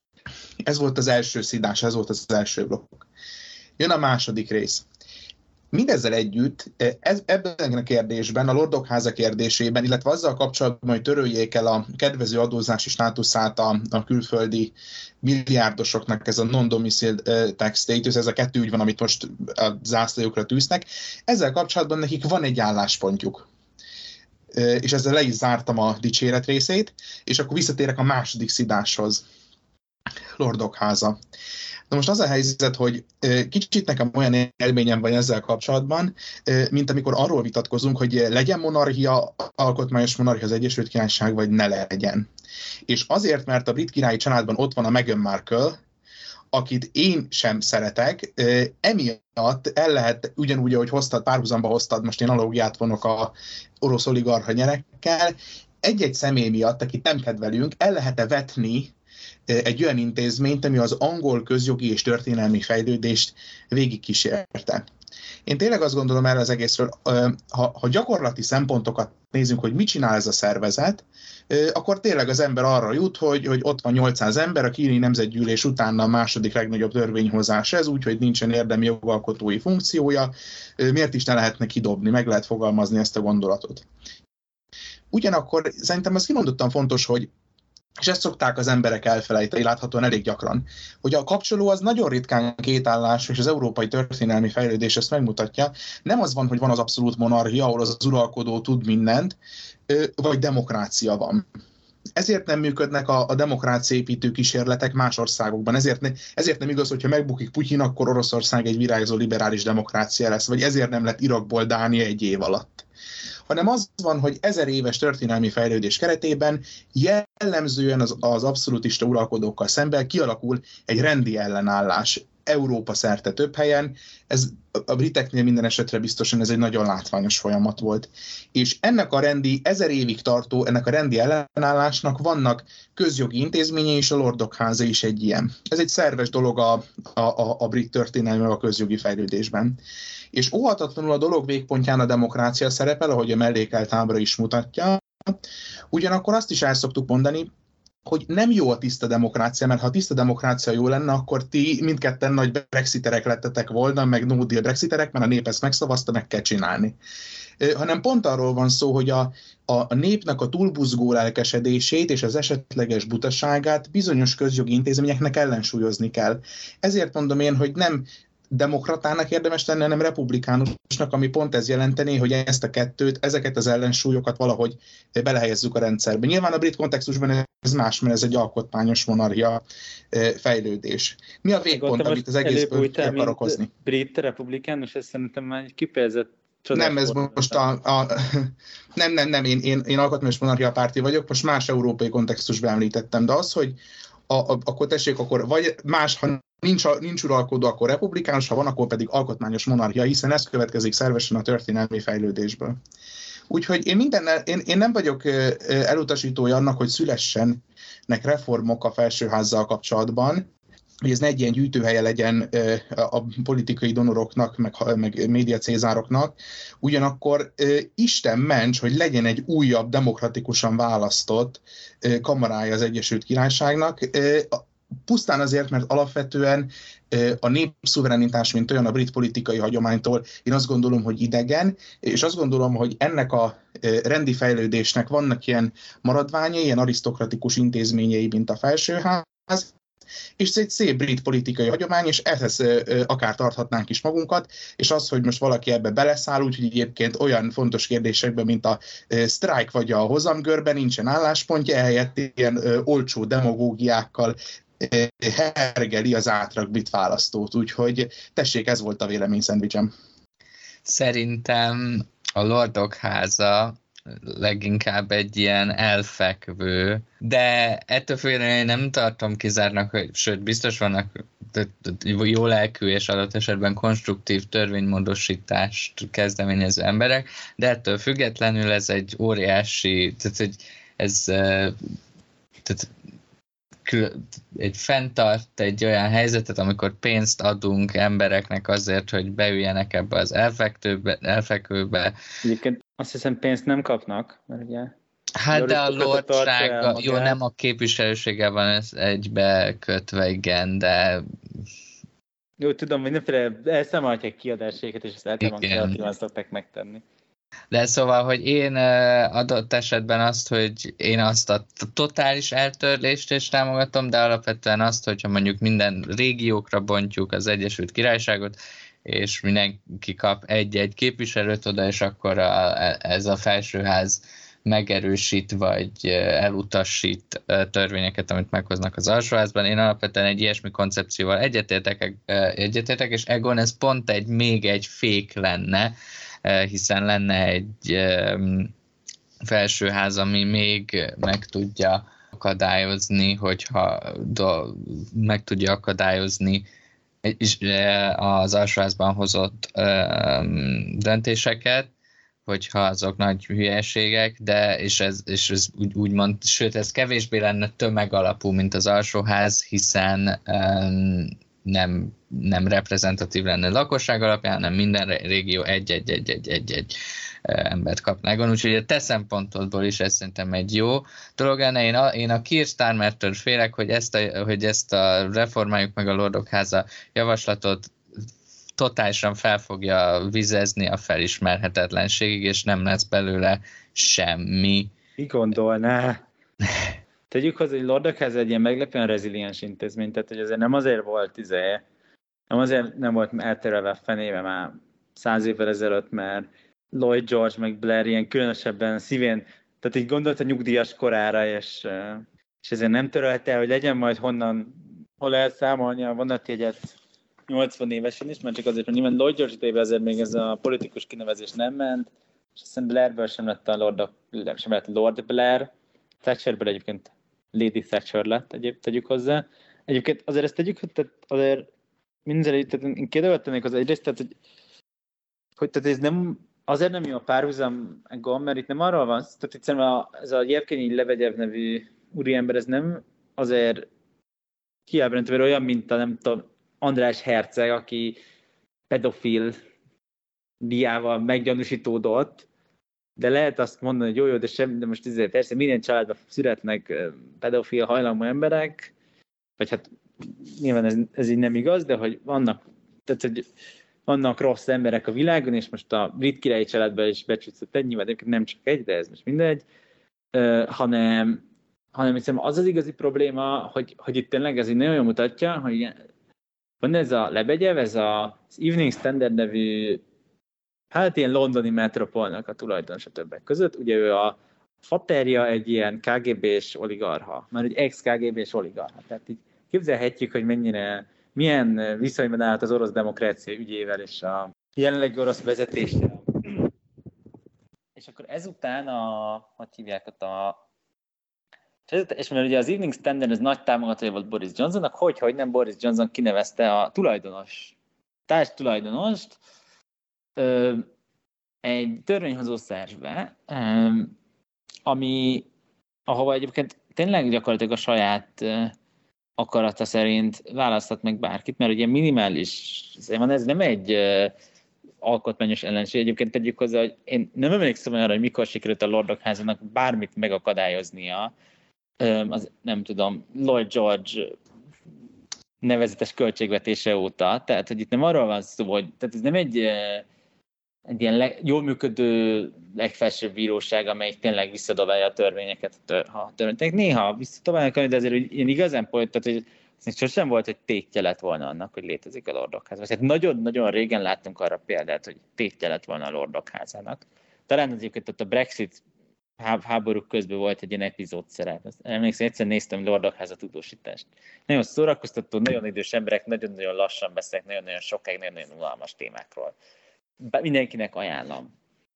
Ez volt az első szidás, ez volt az első blokk. Jön a második rész. Mindezzel együtt ez, ebben a kérdésben, a Lordok háza kérdésében, illetve azzal kapcsolatban, hogy töröljék el a kedvező adózási státuszát a, a külföldi milliárdosoknak, ez a non-domiciled tax status, ez a kettő ügy van, amit most a zászlójukra tűznek, ezzel kapcsolatban nekik van egy álláspontjuk. És ezzel le is zártam a dicséret részét, és akkor visszatérek a második szidáshoz. Lordok háza. Na most az a helyzet, hogy kicsit nekem olyan élményem van ezzel kapcsolatban, mint amikor arról vitatkozunk, hogy legyen monarchia, alkotmányos monarchia az Egyesült Királyság, vagy ne legyen. És azért, mert a brit királyi családban ott van a Meghan Markle, akit én sem szeretek, emiatt el lehet, ugyanúgy, ahogy hoztad, párhuzamba hoztad, most én analógiát vonok a orosz oligarcha nyerekkel, egy-egy személy miatt, akit nem kedvelünk, el lehet-e vetni egy olyan intézményt, ami az angol közjogi és történelmi fejlődést végigkísérte. Én tényleg azt gondolom erre az egészről, ha, ha gyakorlati szempontokat nézzünk, hogy mit csinál ez a szervezet, akkor tényleg az ember arra jut, hogy, hogy ott van nyolcszáz ember, a kíni nemzetgyűlés utána a második legnagyobb törvényhozás ez, úgyhogy nincsen érdemi jogalkotói funkciója, miért is ne lehetne kidobni, meg lehet fogalmazni ezt a gondolatot. Ugyanakkor szerintem ez kimondottan fontos, hogy és ezt szokták az emberek elfelejteni, láthatóan elég gyakran, hogy a kapcsoló az nagyon ritkán kétállás, és az európai történelmi fejlődés ezt megmutatja. Nem az van, hogy van az abszolút monarchia, ahol az uralkodó tud mindent, vagy demokrácia van. Ezért nem működnek a, a demokrácia építő kísérletek más országokban. Ezért, ne, ezért nem igaz, hogyha megbukik Putyin, akkor Oroszország egy virágzó liberális demokrácia lesz, vagy ezért nem lett Irakból Dánia egy év alatt. hanem az van, hogy ezer éves történelmi fejlődés keretében jellemzően az, az abszolútista uralkodókkal szemben kialakul egy rendi ellenállás Európa szerte több helyen. Ez a briteknél minden esetre biztosan ez egy nagyon látványos folyamat volt. És ennek a rendi, ezer évig tartó, ennek a rendi ellenállásnak vannak közjogi intézményei, és a Lordok háza is egy ilyen. Ez egy szerves dolog a, a, a, a brit történelmi a közjogi fejlődésben. És óhatatlanul a dolog végpontján a demokrácia szerepel, ahogy a mellékelt ábra is mutatja. Ugyanakkor azt is el szoktuk mondani, hogy nem jó a tiszta demokrácia, mert ha a tiszta demokrácia jó lenne, akkor ti mindketten nagy brexiterek lettetek volna, meg no deal brexiterek, mert a nép ezt megszavazta, meg kell csinálni. Hanem pont arról van szó, hogy a, a népnek a túlbuzgó lelkesedését és az esetleges butaságát bizonyos közjogi intézményeknek ellensúlyozni kell. Ezért mondom én, hogy nem demokratának érdemes lenni, hanem republikánusnak, ami pont ez jelenteni, hogy ezt a kettőt, ezeket az ellensúlyokat valahogy belehelyezzük a rendszerbe. Nyilván a brit kontextusban ez más, mert ez egy alkotmányos monarchia fejlődés. Mi a végpont, amit az egészből ki akar okozni? Brit republikánus, ez szerintem már egy kifejezett csodás. Nem, ez most a, a nem, nem, nem, én, én, én alkotmányos monarchia párti vagyok, most más európai kontextusban említettem, de az, hogy a, a, akkor tessék, akkor vagy más, ha Nincs, nincs uralkodó, akkor republikánus, ha van, akkor pedig alkotmányos monarchia, hiszen ez következik szervesen a történelmi fejlődésből. Úgyhogy én, mindennel, én, én nem vagyok elutasítója annak, hogy szülessenek reformok a felsőházzal kapcsolatban, hogy ez ne egy ilyen gyűjtőhelye legyen a politikai donoroknak, meg, meg médiacézároknak. Ugyanakkor Isten ments, hogy legyen egy újabb, demokratikusan választott kamarája az Egyesült Királyságnak, pusztán azért, mert alapvetően a népszuverenitás, mint olyan a brit politikai hagyománytól, én azt gondolom, hogy idegen, és azt gondolom, hogy ennek a rendi fejlődésnek vannak ilyen maradványai, ilyen arisztokratikus intézményei, mint a felsőház, és ez egy szép brit politikai hagyomány, és ehhez akár tarthatnánk is magunkat, és az, hogy most valaki ebbe beleszáll, úgyhogy egyébként olyan fontos kérdésekben, mint a sztrájk vagy a hozamgörben nincsen álláspontja, ehelyett ilyen olcsó demagógiákkal hergeli az átlag brit választót, úgyhogy tessék, ez volt a vélemény szendvicsem. Szerintem a Lordok háza leginkább egy ilyen elfekvő, de ettől függően nem tartom kizárnak, hogy sőt, biztos vannak jó lelkű és adott esetben konstruktív törvénymódosítást kezdeményező emberek, de ettől függetlenül ez egy óriási, tehát hogy ez tehát egy fenntart egy olyan helyzetet, amikor pénzt adunk embereknek azért, hogy beüljenek ebbe az elfekvőbe, elfekvőbe. Egyébként azt hiszem pénzt nem kapnak, mert ugye... Hát de a lordsága, jó, nem a képviselőséggel van ez egybe kötve, igen, de... Jó, tudom, mindenféle elszámolhatják kiadáséket, és ezt általában kreatívan szokták megtenni. De szóval, hogy én adott esetben azt, hogy én azt a totális eltörlést is támogatom, de alapvetően azt, hogyha mondjuk minden régiókra bontjuk az Egyesült Királyságot, és mindenki kap egy-egy képviselőt oda, és akkor a, ez a felsőház megerősít, vagy elutasít törvényeket, amit meghoznak az alsóházban. Én alapvetően egy ilyesmi koncepcióval egyetértek, egyetértek és Egon ez pont egy, még egy fék lenne, hiszen lenne egy felsőház, ami még meg tudja akadályozni, hogyha do, meg tudja akadályozni az alsóházban hozott döntéseket, hogyha azok nagy hülyeségek, de és ez, és ez úgy, úgymond, sőt ez kevésbé lenne tömegalapú, mint az alsóház, hiszen um, nem, nem reprezentatív lenne lakosság alapján, hanem minden régió egy-egy-egy-egy-egy embert kapnágon. Úgyhogy a te szempontodból is ez szerintem egy jó dolog lenne. Én a, én a Keir Starmertől félek, hogy ezt a, hogy ezt a reformáljuk meg a Lordok háza javaslatot totálisan fel fogja vizezni a felismerhetetlenségig, és nem lesz belőle semmi. Mi gondolná? Tegyük hozzá, hogy Lordok háza egy ilyen meglepően reziliens intézmény, tehát hogy azért nem azért volt izé, nem azért nem volt elterelve a fenébe már száz évvel ezelőtt, mert Lloyd George meg Blair ilyen különösebben szívén, tehát így gondolt a nyugdíjas korára, és, és ezért nem törölte, hogy legyen majd honnan, hol elszámolni a vonatjegyet nyolcvan évesen is, mert csak azért, hogy nyilván Lloyd George idejében azért még ez a politikus kinevezés nem ment, és azt hiszem Blairből sem lett a Lord, sem lett Lord Blair, Thatcherből egyébként Lady Thatcher lett, egyébként tegyük hozzá. Egyébként azért ezt tegyük, tehát azért mindenzel, tehát én kérdevettenék az egyrészt, tehát, hogy, hogy tehát ez nem, azért nem jó a párhuzam gond, mert itt nem arról van, tehát egyszerűen ez a Jevgenyi Lebegyev nevű úriember, ez nem azért kiábrándító, olyan, mint a nem tudom, András Herceg, aki pedofil diával meggyanúsítódott, de lehet azt mondani, hogy jó, jó, de, sem, de most izé, persze minden családban születnek pedofil hajlamú emberek, vagy hát nyilván ez, ez így nem igaz, de hogy vannak, tehát, hogy vannak rossz emberek a világon, és most a brit királyi családban is becsúszott egy, nyilván nem csak egy, de ez most mindegy, uh, hanem, hanem hiszem az az igazi probléma, hogy, hogy itt tényleg ez így nagyon mutatja, hogy van ez a Lebegyev, ez az Evening Standard nevű, hát ilyen londoni metropolnak a tulajdonosa többek között, ugye ő a faterja egy ilyen ká gé bé-s oligarcha, már egy ex-ká gé bé-s oligarcha, tehát így képzelhetjük, hogy mennyire, milyen viszonyban állt az orosz demokrácia ügyével és a jelenlegi orosz vezetéssel. És akkor ezután a, hogy hívják ott a, és mert ugye az Evening Standard ez nagy támogatója volt Boris Johnsonnak, hogy, hogy nem Boris Johnson kinevezte a tulajdonos, társ tulajdonost ö, egy törvényhozó szervbe, ö, ami, ahova egyébként tényleg gyakorlatilag a saját ö, akarata szerint választhat meg bárkit, mert ugye minimális, ez nem egy ö, alkotmányos ellenség. Egyébként tegyük hozzá, hogy én nem emlékszem arra, hogy mikor sikerült a Lordok házának bármit megakadályoznia, ö, az, nem tudom, Lloyd George nevezetes költségvetése óta, tehát hogy itt nem arról van szó, hogy tehát ez nem egy, egy ilyen leg, jól működő legfelsőbb bíróság, amelyik tényleg visszadobálja a törvényeket, ha törvények. Néha visszadobálják, de azért ilyen igazán polt, tehát hogy sosem volt, hogy tétje lett volna annak, hogy létezik a Lordok háza. Hát nagyon-nagyon régen láttunk arra példát, hogy tétje lett volna a Lordok házának. Talán azért ott a Brexit háborúk közben volt egy ilyen epizódszerep. Emlékszem, egyszer néztem Lordok háza tudósítást. Nagyon szórakoztató, nagyon idős emberek, nagyon-nagyon lassan beszélnek, nagyon-nagyon sokáig, nagyon-nagyon unalmas témákról. Mindenkinek ajánlom.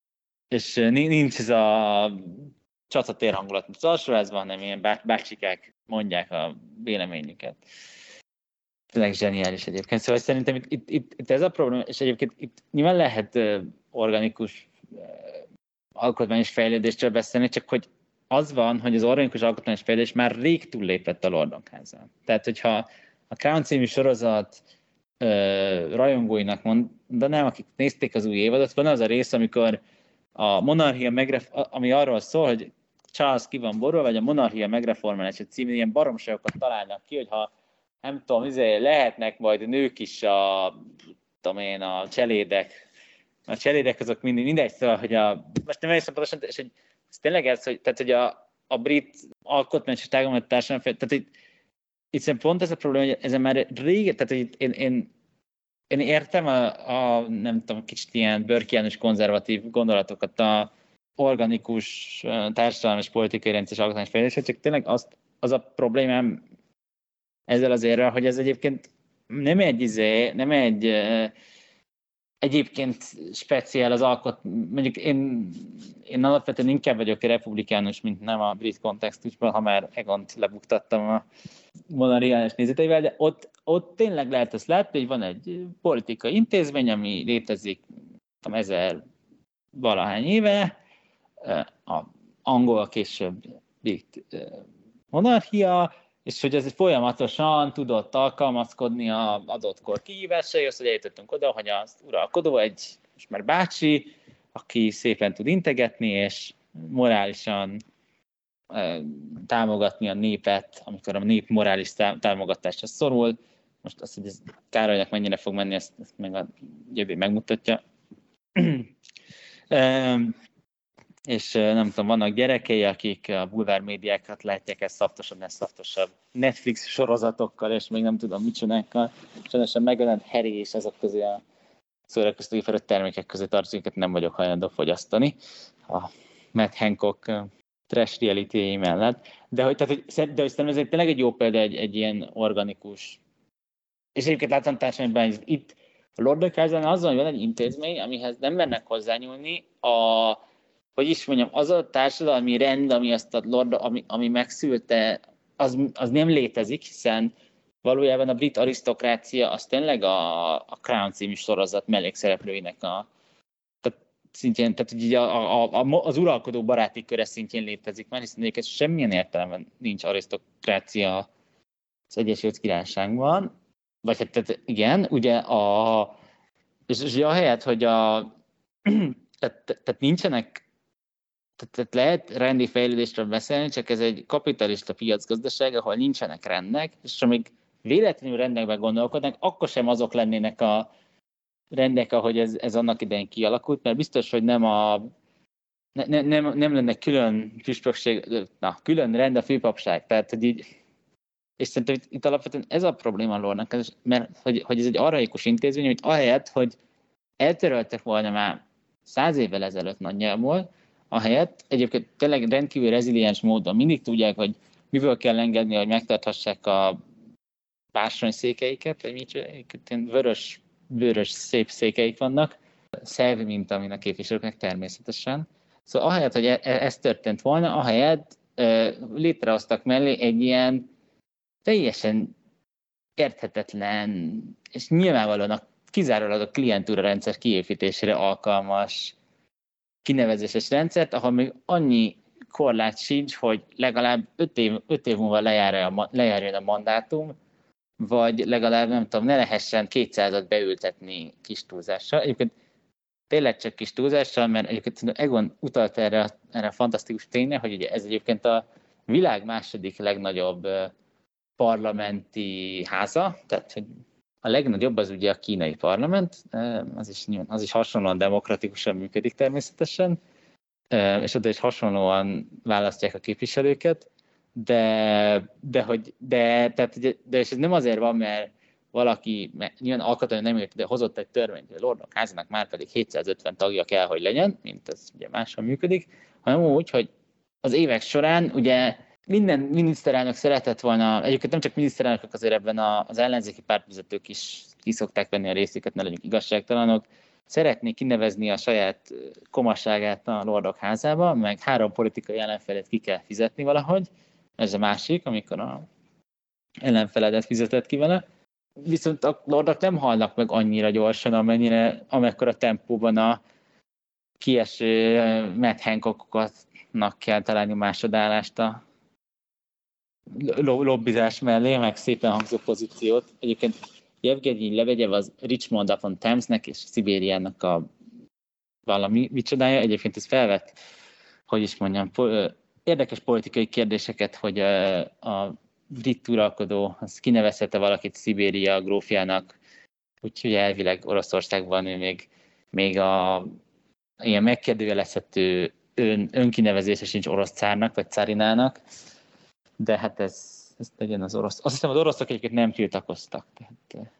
És nincs ez a csatatér hangulat, mint az alsóházban, hanem ilyen bácsikák mondják a véleményüket. Tényleg zseniális egyébként. Szóval szerintem itt, itt, itt, itt ez a probléma, és egyébként itt nyilván lehet uh, organikus uh, alkotmányos fejlődésről beszélni, csak hogy az van, hogy az organikus alkotmányos fejlődés már rég túllépett a Lordok házán. Tehát, hogyha a Crown című sorozat uh, rajongóinak mondanám, akik nézték az új évadot, van az a rész, amikor a monarchia megref- ami arról szól, hogy Charles ki van borul, vagy a monarchia megreformálása című ilyen baromságokat találnak ki, hogy ha nem tudom, izé, lehetnek majd nők is a, tudom én, a cselédek. A cselédek azok mindig, mindegy, szóval, hogy a, most nem egészen pontosan, és hogy ez tényleg ez, hogy, tehát, hogy a, a brit alkotmányos társadalmi társadalmi, tehát itt, itt pont ez a probléma, hogy ezen már régen, tehát hogy én, én, én értem a, a, nem tudom, kicsit ilyen börkiánus konzervatív gondolatokat, a organikus társadalmi és politikai rendszer és alkotmányos fejlődésre, csak tényleg azt, az a problémám ezzel az érrel, hogy ez egyébként nem egy izé, nem egy uh, egyébként speciál az alkot, mondjuk én, én alapvetően inkább vagyok republikánus, mint nem a brit kontextusban, ha már Egont lebuktattam a monarchiális nézeteivel, de ott, ott tényleg lehet ezt látni, hogy van egy politikai intézmény, ami létezik tudom, ezer valahány éve, a angol, később brit monarchia, és hogy ez folyamatosan tudott alkalmazkodni az adott kor kihívásaihoz, hogy eljutottunk oda, hogy az uralkodó egy most már bácsi, aki szépen tud integetni, és morálisan e, támogatni a népet, amikor a nép morális támogatásra szorul. Most azt, hogy ez Károlynak mennyire fog menni, ezt, ezt meg a jövő megmutatja. e, és nem tudom, vannak gyerekei, akik a bulvár médiákat látják ezt szaftosabb, ezt szaftosabb Netflix sorozatokkal, és még nem tudom micsodákkal. Sajnosan megjelent Harry és azok közé a szórakoztatói felett termékek közé tartozik, nem vagyok hajlandó fogyasztani a Matt Hancock trash reality mellett. De hogy, tehát, hogy, de hogy szerintem ez tényleg egy jó példa egy, egy ilyen organikus. És egyébként láttam társadalomban, hogy itt a Lordok házán azon van egy intézmény, amihez nem mennek hozzányúlni a hogy is mondjam, az a társadalmi rend, ami azt a Lord, ami, ami megszülte, az, az nem létezik, hiszen valójában a brit arisztokrácia az tényleg a, a Crown című sorozat mellékszereplőinek a tehát szintjén, tehát ugye a, a, a, az uralkodó baráti köre szintjén létezik már, hiszen egyébként semmilyen értelemben nincs arisztokrácia az Egyesült Királyságban. Vagy hát tehát igen, ugye a és, és ahelyett, hogy a tehát, tehát nincsenek tehát, tehát lehet rendi fejlődésről beszélni, csak ez egy kapitalista piacgazdaság, ahol nincsenek rendek, és amíg véletlenül rendekben gondolkodnak, akkor sem azok lennének a rendek, ahogy ez, ez annak idején kialakult, mert biztos, hogy nem a ne, ne, nem, nem lenne külön püspökség, na, külön rend a főpapság. Tehát, hogy így, és szerintem itt, itt alapvetően ez a probléma a lordnak, mert hogy, hogy ez egy arraikus intézmény, hogy ahelyett, hogy eltöröltek volna már száz évvel ezelőtt nagyjából, ahelyett egyébként tényleg rendkívül reziliens módon mindig tudják, hogy miből kell engedni, hogy megtarthassák a bársonyszékeiket, vagy mit, vörös, vörös szép székeik vannak, szelvi mint amin a képviselőknek természetesen. Szóval ahelyett, hogy ez történt volna, ahelyett létrehoztak mellé egy ilyen teljesen érthetetlen, és nyilvánvalóan a kizárólag a klientúra rendszer kiépítésére alkalmas kinevezéses rendszert, ahol még annyi korlát sincs, hogy legalább öt év, öt év múlva lejárjon a, lejárjon a mandátum, vagy legalább, nem tudom, ne lehessen kétszázat beültetni kis túlzással. Egyébként tényleg csak kis túlzással, mert egyébként Egon utalt erre, erre a fantasztikus tényre, hogy ugye ez egyébként a világ második legnagyobb parlamenti háza, tehát hogy a legnagyobb az ugye a kínai parlament, az is, az is hasonlóan demokratikusan működik természetesen, és oda is hasonlóan választják a képviselőket, de, de, hogy, de, tehát, de és ez nem azért van, mert valaki, mert nyilván alkotmányon nem ért, de hozott egy törvényt, hogy a Lordok házának már pedig hétszázötven tagja kell, hogy legyen, mint ez ugye máshol működik, hanem úgy, hogy az évek során ugye minden miniszterelnök szeretett volna, egyébként nem csak miniszterelnökök, azért ebben az ellenzéki pártvezetők is ki szokták venni a részüket, ne legyünk igazságtalanok, szeretnék kinevezni a saját komasságát a Lordok házába, meg három politikai ellenfelet ki kell fizetni valahogy, ez a másik, amikor a ellenfeledet fizetett ki vele. Viszont a Lordok nem halnak meg annyira gyorsan, amennyire, amekkora tempóban a kieső Matt Hancockoknak kell találni másodállást a lobbizás mellé, meg szépen hangzó pozíciót. Egyébként Jevgenyi Lebegyev az Richmond upon Thamesnek és Szibériának a valami micsodája. Egyébként ez felvett, hogy is mondjam, po- érdekes politikai kérdéseket, hogy a brit uralkodó az kinevezhette valakit Szibéria grófjának, úgyhogy elvileg Oroszországban ő még, még a ilyen megkérdőjelezhető ön, önkinevezése sincs orosz cárnak, vagy cárinának, de hát ez, ez legyen az orosz. Azt hiszem, az oroszok egyébként nem tiltakoztak. Tehát,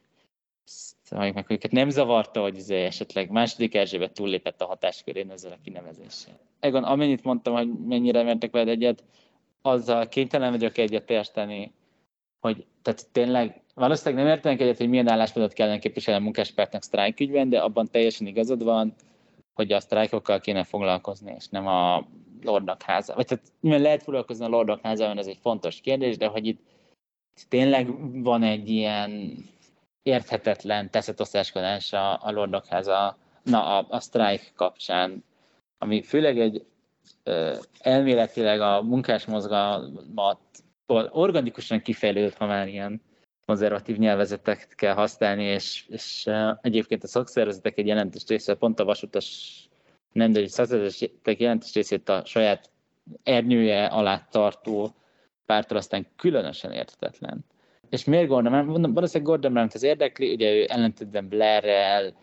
szóval meg, őket nem zavarta, hogy ez esetleg második Erzsébet túllépett a hatáskörén ezzel a kinevezéssel. Egon, amennyit mondtam, hogy mennyire mertek veled egyet, azzal kénytelen vagyok egyet érteni, hogy tehát tényleg valószínűleg nem értenek egyet, hogy milyen álláspontot kellene képviselni a munkáspártnak sztrájkügyben, de abban teljesen igazad van, hogy a sztrájkokkal kéne foglalkozni, és nem a Lordok háza. Vagy tehát lehet foglalkozni a Lordok házában, ez egy fontos kérdés, de hogy itt tényleg van egy ilyen érthetetlen teszetosztáskodás a, a Lordok háza, na a, a sztrájk kapcsán, ami főleg egy ö, elméletileg a munkásmozgalmat organikusan kifejlődött, ha már ilyen konzervatív nyelvezetet kell használni, és, és uh, egyébként a szakszervezetek egy jelentős része, pont a vasutas nemzeti szakszervezetek jelentős részét a saját ernyője alá tartó pártól aztán különösen érthetetlen. És miért Gordon Brown? Valószínűleg Gordon Brown az érdekli, ugye ő ellentétben Blairrel,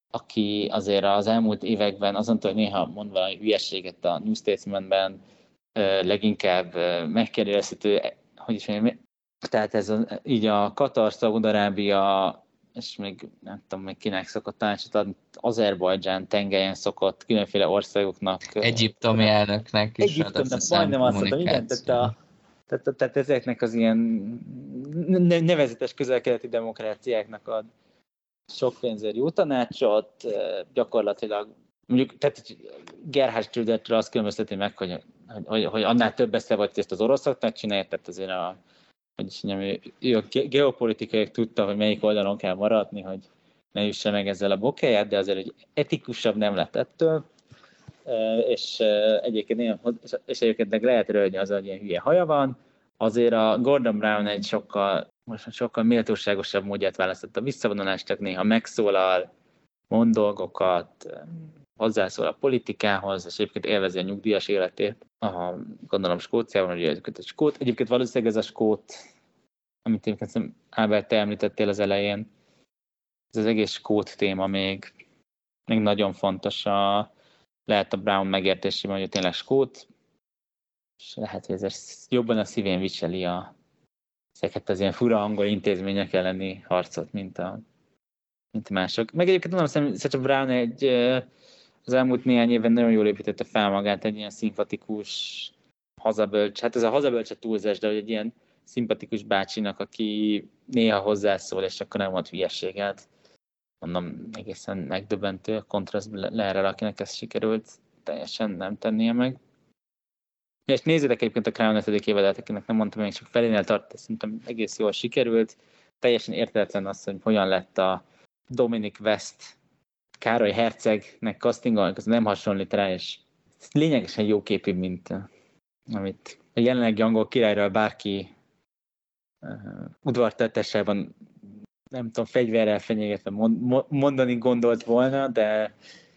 aki azért az elmúlt években azonto, hogy néha mond valami hülyeséget a New Statesmanben, leginkább megkérdezhető, hogy is mondjam, tehát ez a, így a Katar, Szaúd-Arábia, és még nem tudom, még kinek szokott tanácsot adni, Azerbajdzsán tengelyen szokott különféle országoknak. Egyiptomi elnöknek is. Egyiptomnak majdnem azt mondtam, igen, tehát, a, tehát, tehát ezeknek az ilyen nevezetes közel-keleti demokráciáknak ad sok pénzért jó tanácsot, gyakorlatilag mondjuk, tehát Gerhard Schrödertől azt különbözteti meg, hogy, hogy, hogy annál több esze vagy, hogy ezt az oroszoknak csinálják, tehát azért a, hogy mondjam, ő a geopolitikai tudta, hogy melyik oldalon kell maradni, hogy ne üsse meg ezzel a bokáját, de azért egy etikusabb nem lett ettől, és egyébként, és egyébként meg lehet rölni az, hogy ilyen hülye haja van, azért a Gordon Brown egy sokkal, most sokkal méltóságosabb módját választotta a visszavonulásnak, néha megszólal, mond dolgokat, hozzászól a politikához, és egyébként élvezi a nyugdíjas életét. Aha, gondolom Skóciában, ugye egyébként a skót. Egyébként valószínűleg ez a skót, amit egyébként Ábel, te említettél az elején, ez az egész skót téma még, még nagyon fontos. A, lehet a Brown megértésében, hogy tényleg skót, és lehet, hogy ez jobban a szívén viseli a, ezeket az ilyen fura angol intézmények elleni harcot, mint a mint mások. Meg egyébként tudom, szerintem Brown egy, az elmúlt néhány évben nagyon jól építette fel magát, egy ilyen szimpatikus hazabölcs, hát ez a hazabölcs a túlzás, de hogy egy ilyen szimpatikus bácsinak, aki néha hozzászól, és akkor nem mond hülyeséget. Mondom, egészen megdöbbentő a kontraszt Blairrel, akinek ez sikerült teljesen nem tennie meg. És nézzétek egyébként a Crown ötödik évadát, akinek nem mondtam, még csak felénél tart, szerintem egész jól sikerült. Teljesen értetlen az, hogy hogyan lett a Dominic West Károly hercegnek castingolni, az nem hasonlít rá, és lényegesen jó képű, mint amit a jelenlegi angol királyról bárki uh, udvartartásában, nem tudom, fegyverrel fenyegetve mondani gondolt volna, de,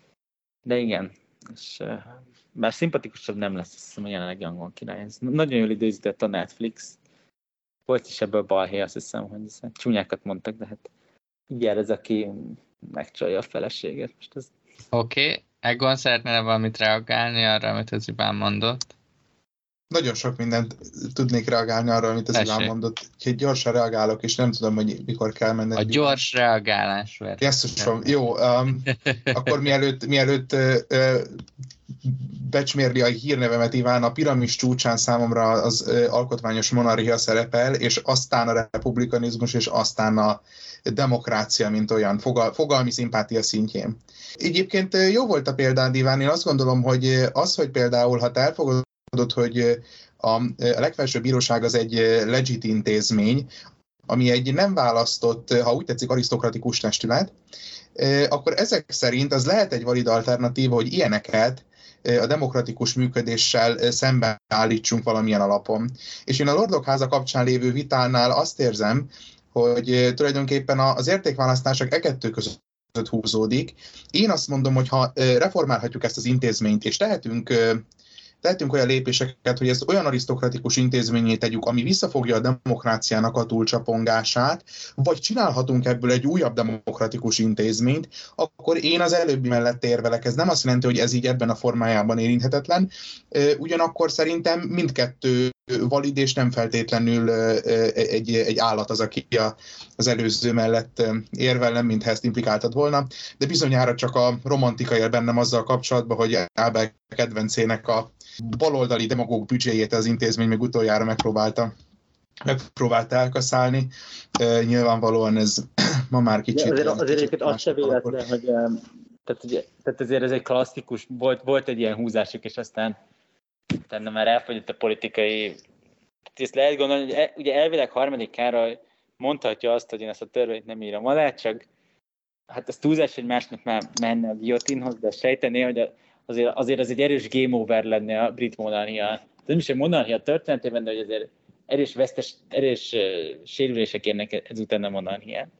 de igen. És, uh, bár szimpatikusabb nem lesz, azt hiszem, a jelenlegi angol király. Ez nagyon jól időzített a Netflix. Volt is ebből balhé, azt hiszem, hogy csúnyákat mondtak, de hát így jár ez, aki megcsalja a feleséget. Ez... Oké, okay. Egon szeretne valamit reagálni arra, amit az Iván mondott? Nagyon sok mindent tudnék reagálni arra, amit az Tessék. Iván mondott. Úgyhogy gyorsan reagálok, és nem tudom, hogy mikor kell menni. A gyors reagálás. Jesszusom, jó. Um, akkor mielőtt, mielőtt uh, uh, becsmérli a hírnevemet, Iván, a piramis csúcsán számomra az uh, alkotmányos monarchia szerepel, és aztán a republikanizmus, és aztán a demokrácia, mint olyan fogal, fogalmi szimpátia szintjén. Egyébként jó volt a példád, Iván, én azt gondolom, hogy az, hogy például, ha te elfogadod, hogy a legfelsőbb bíróság az egy legit intézmény, ami egy nem választott, ha úgy tetszik, arisztokratikus testület, akkor ezek szerint az lehet egy valid alternatíva, hogy ilyeneket a demokratikus működéssel szemben állítsunk valamilyen alapon. És én a Lordok háza kapcsán lévő vitánál azt érzem, hogy tulajdonképpen az értékválasztások e kettő között húzódik. Én azt mondom, hogy ha reformálhatjuk ezt az intézményt, és tehetünk, tehetünk olyan lépéseket, hogy ezt olyan arisztokratikus intézményé tegyük, ami visszafogja a demokráciának a túlcsapongását, vagy csinálhatunk ebből egy újabb demokratikus intézményt, akkor én az előbbi mellett érvelek. Ez nem azt jelenti, hogy ez így ebben a formájában érinthetetlen. Ugyanakkor szerintem mindkettő valid, és nem feltétlenül egy, egy állat az, aki az előző mellett érvel, nem mintha ezt implikáltad volna, de bizonyára csak a romantika él bennem azzal kapcsolatban, hogy Ábel kedvencének a baloldali demagóg büdzséjét az intézmény még utoljára megpróbálta, megpróbálta elkaszálni. Nyilvánvalóan ez ma már kicsit... Ja, azért azért egyébként azt se véletlen, hogy tehát, ugye, tehát azért ez egy klasszikus, volt, volt egy ilyen húzásuk, és aztán utána már elfogyott a politikai... Ezt lehet gondolni, hogy el, ugye elvileg harmadik Károly mondhatja azt, hogy én ezt a törvényt nem írom alá, csak hát ez túlzás, hogy másnak már menne a guillotinhoz, de sejtené, hogy azért, azért az egy erős game over lenne a brit monarchia. Nem is egy monarchia történetében, de hogy azért erős, vesztes, erős uh, sérülések érnek ezután a monarchiát.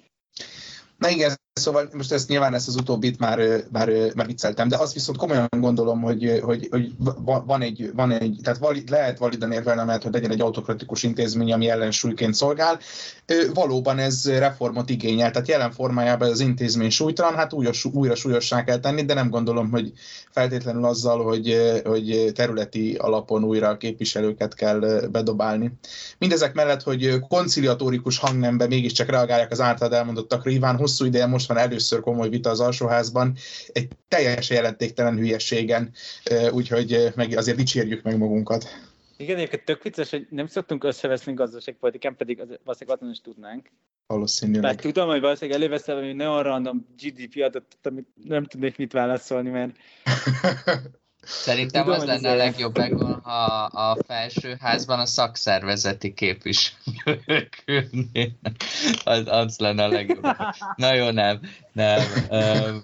Na igen, szóval most ezt nyilván ezt az utóbbit már, már, már vicceltem, de azt viszont komolyan gondolom, hogy, hogy, hogy van, egy, van egy, tehát valid, lehet validan érvelni, mert hogy legyen egy autokratikus intézmény, ami ellensúlyként szolgál. Valóban ez reformot igényel, tehát jelen formájában az intézmény súlytalan, hát újra, újra súlyossá kell tenni, de nem gondolom, hogy feltétlenül azzal, hogy, hogy területi alapon újra képviselőket kell bedobálni. Mindezek mellett, hogy konciliatórikus hangnemben mégiscsak reagálják az általad elmondottakra, Iván, hosszú ideje most van először komoly vita az alsóházban, egy teljesen jelentéktelen hülyességen, úgyhogy meg azért dicsérjük meg magunkat. Igen, egyébként tök vicces, hogy nem szoktunk összeveszni gazdaságpolitikán, pedig az, valószínűleg azon is tudnánk. Valószínűleg. Bár tudom, hogy valószínűleg előveszel valami nagyon random gé dé pé adatot, amit nem tudnék mit válaszolni, mert... Szerintem Tudom, az hogy lenne a ez- legjobb, ha a felsőházban a szakszervezeti képviselők ülnének. Az, az lenne a legjobb. Na jó, nem. nem. Um,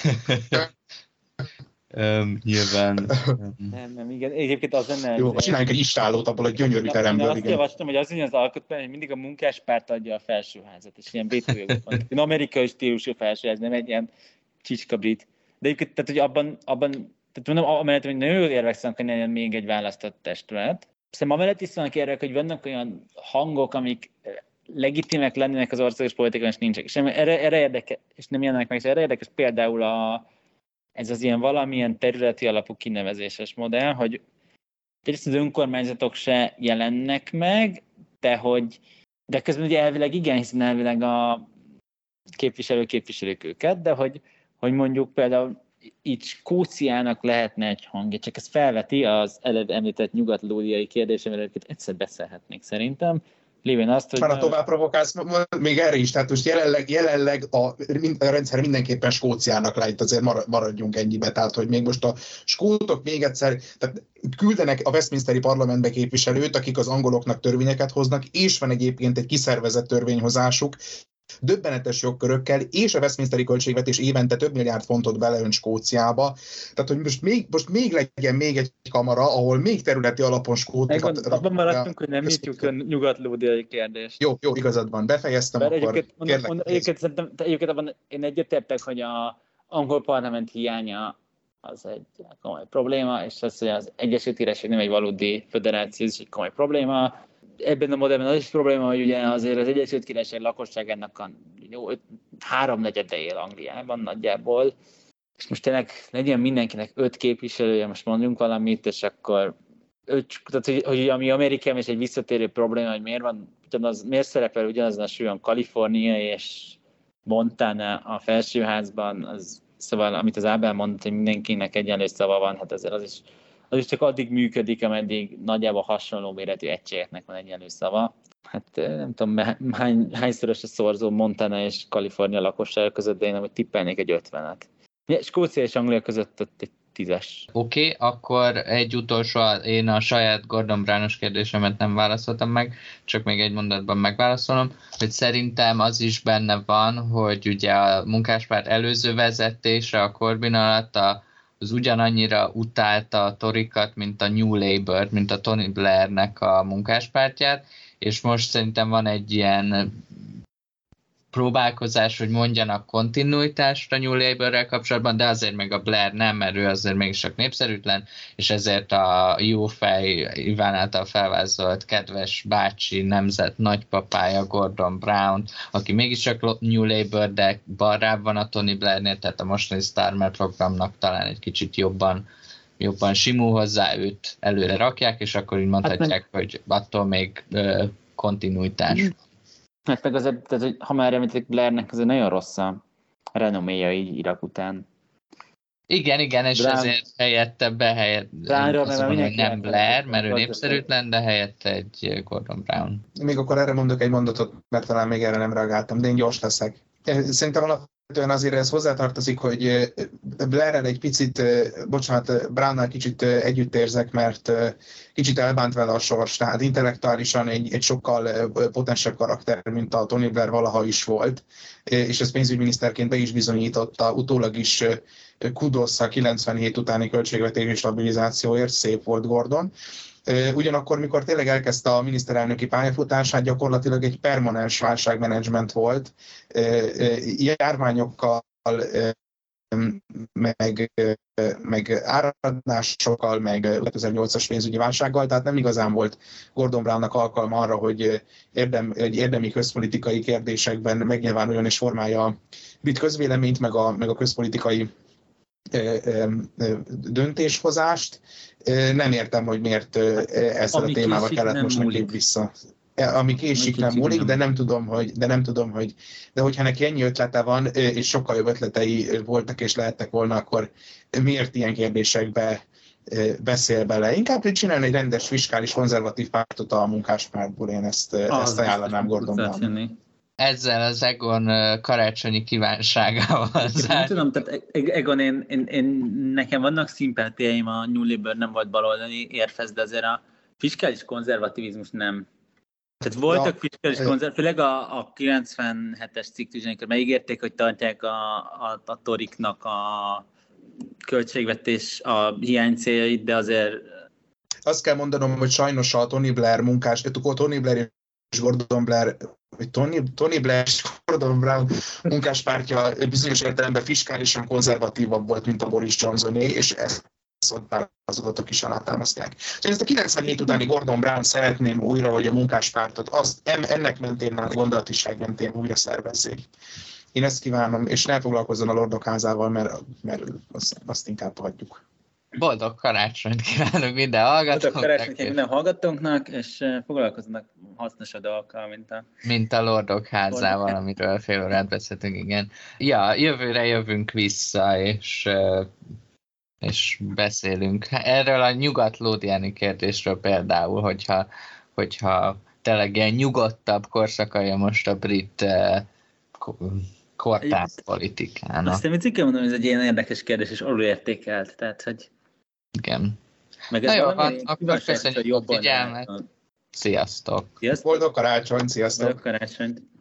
um, nyilván. Um, Nem, nem, igen. Egyébként az lenne... Jó, csináljunk egy istállót abból a gyönyörű Na, teremből, én azt igen. javaslom, hogy az az alkotmány, hogy mindig a munkáspárt adja a felsőházat, és ilyen vétójogot van. Én amerikai stílusú felsőház, nem egy ilyen csicskabrit. De egyébként, tehát, hogy abban, abban tehát mondom, amellett, hogy nagyon jól érvekszem, hogy legyen még egy választott testület. Szerintem amellett is vannak érvek, hogy vannak olyan hangok, amik legitimek lennének az országos politikán, és nincsek. És erre, erre érdekes, és nem jelennek meg, és erre érdekes például a, ez az ilyen valamilyen területi alapú kinevezéses modell, hogy egyrészt az önkormányzatok se jelennek meg, de hogy de közben ugye elvileg igen, hiszen elvileg a képviselő képviselők őket, de hogy, hogy mondjuk például így Skóciának lehetne egy hangja, csak ez felveti az előbb említett nyugat-lódiai kérdésem, mert egyszer beszélhetnék szerintem, lévén azt, hogy... Már a tovább provokálsz, még erre is, tehát most jelenleg, jelenleg a, a rendszer mindenképpen Skóciának lejt, azért maradjunk ennyibe, tehát hogy még most a skótok még egyszer, tehát küldenek a Westminsteri parlamentbe képviselőt, akik az angoloknak törvényeket hoznak, és van egyébként egy kiszervezett törvényhozásuk, döbbenetes jogkörökkel, és a Westminsteri költségvetés évente több milliárd fontot beleön Skóciába. Tehát, hogy most még, most még legyen még egy kamara, ahol még területi alapon skótokat... Abban maradtunk, hogy nem nyitjuk a nyugat-lódiai kérdést. Jó, jó, igazad van. Befejeztem, Bár akkor egyébként, kérlek. Mondom, egyébként, szerintem, egyébként abban én egyetértek, hogy a angol parlament hiánya az egy komoly probléma, és az, hogy az Egyesült Királyság nem egy valódi föderáció, ez egy komoly probléma. Ebben a modellben az is probléma, hogy ugye azért az Egyesült Királyság lakosságának a jó, háromnegyede él Angliában nagyjából, és most tényleg legyen mindenkinek öt képviselője, most mondjunk valamit, és akkor öt, tehát, hogy, hogy ami Amerikában is egy visszatérő probléma, hogy miért van, ugyanaz, miért szerepel ugyanazon a súlyon Kalifornia és Montana a felsőházban, az, szóval amit az Ábel mondott, hogy mindenkinek egyenlő szava van, hát ezzel az is az is csak addig működik, ameddig nagyjából hasonló méretű egységeknek van egyenlő szava. Hát nem tudom, hány, hányszoros a szorzó Montana és Kalifornia lakossága között, de én hogy tippelnék egy ötvenet. Skócia és Anglia között ott egy tízes. Oké, okay, akkor egy utolsó, én a saját Gordon Brown-os kérdésemet nem válaszoltam meg, csak még egy mondatban megválaszolom, hogy szerintem az is benne van, hogy ugye a munkáspárt előző vezetése a Corbyn alatt a az ugyanannyira utálta a Torikat, mint a New Labour, mint a Tony Blairnek a munkáspártját, és most szerintem van egy ilyen próbálkozás, hogy mondjanak kontinuitást a New Labourrel kapcsolatban, de azért meg a Blair nem, mert ő azért mégis csak népszerűtlen, és ezért a jófej Iván által felvázolt kedves bácsi nemzet nagypapája Gordon Brown, aki mégiscsak New Labour, de balrább van a Tony Blairnél, tehát a mostani Starmer programnak talán egy kicsit jobban jobban simul hozzá, őt előre rakják, és akkor így mondhatják, hát hogy attól még ö, kontinuitás. Hát meg azért, tehát, hogy ha már említik Blairnek, azért nagyon rossz a renoméja így Irak után. Igen, igen, és Brown, ezért helyette behelyett, hogy nem Blair, mert ő népszerűtlen, de helyette egy Gordon Brown. Még akkor erre mondok egy mondatot, mert talán még erre nem reagáltam, de én gyors leszek. Szerintem alapvetően azért ez hozzátartozik, hogy Blairrel egy picit, bocsánat, Brownnal kicsit együtt érzek, mert kicsit elbánt vele a sors, tehát intellektuálisan egy, egy sokkal potensebb karakter, mint a Tony Blair valaha is volt, és ez pénzügyminiszterként be is bizonyította, utólag is kudosz a kilencvenhét utáni költségvetési stabilizációért, szép volt Gordon. Ugyanakkor, mikor tényleg elkezdte a miniszterelnöki pályafutását, gyakorlatilag egy permanens válságmenedzsment volt, járványokkal, meg, meg áradásokkal, meg kétezer-nyolcas pénzügyi válsággal, tehát nem igazán volt Gordon Brownnak alkalma arra, hogy érdem, érdemi közpolitikai kérdésekben megnyilvánuljon és formálja a brit közvéleményt, meg a, meg a közpolitikai döntéshozást. Nem értem, hogy miért ezzel a témával kellett most neki vissza. Ami késik, nem múlik, de nem tudom, hogy, de nem tudom, hogy, de hogyha neki ennyi ötlete van, és sokkal jobb ötletei voltak és lehettek volna, akkor miért ilyen kérdésekbe beszél bele. Inkább csinálni egy rendes fiskális konzervatív pártot a munkáspártból, én ezt, ezt ajánlanám Gordon Brown. Ezzel az Egon karácsonyi kívánságával. Nem tudom, tehát Egon, én, én, én, nekem vannak szimpátiáim, a New Labour nem volt baloldali érfez, de azért a fiskális konzervativizmus nem. Tehát voltak ja, fiskális konzervatív, főleg a, a kilencvenhetes cikk, amikor megígérték, hogy tartják a, a, a toriknak a költségvetés a hiány céljait, de azért... Azt kell mondanom, hogy sajnos a Tony Blair munkás, Tony Blair és Gordon Blair, vagy Tony, Tony Blair és Gordon Brown munkáspártja bizonyos értelemben fiskálisan konzervatívabb volt, mint a Boris Johnsoné, és ezt az adatok is alátámasztják. Szóval ezt a kilencvenhét utáni Gordon Brown szeretném újra, hogy a munkáspártot azt, ennek mentén, a gondolatiság mentén újra szervezzék. Én ezt kívánom, és ne foglalkozzon a Lordok házával, mert, mert azt, azt inkább hagyjuk. Boldog karácsonyt kívánok minden hallgatóknak. Boldog karácsonyt minden hallgatónknak, és foglalkoznak hasznos a dolgokkal, mint a... Mint a Lordok házával, amiről fél órát beszéltünk, igen. Ja, jövőre jövünk vissza, és, és beszélünk. Erről a nyugat-lódiáni kérdésről például, hogyha, hogyha tényleg ilyen nyugodtabb korszakalja most a brit kortárpolitikának. Azt én cikkel mondom, hogy ez egy ilyen érdekes kérdés, és alulértékelt, tehát, hogy... Igen. Meg Na jó, van, akkor köszönjük a figyelmet. Sziasztok! Sziasztok! Boldog karácsony, sziasztok! Boldog karácsonyt!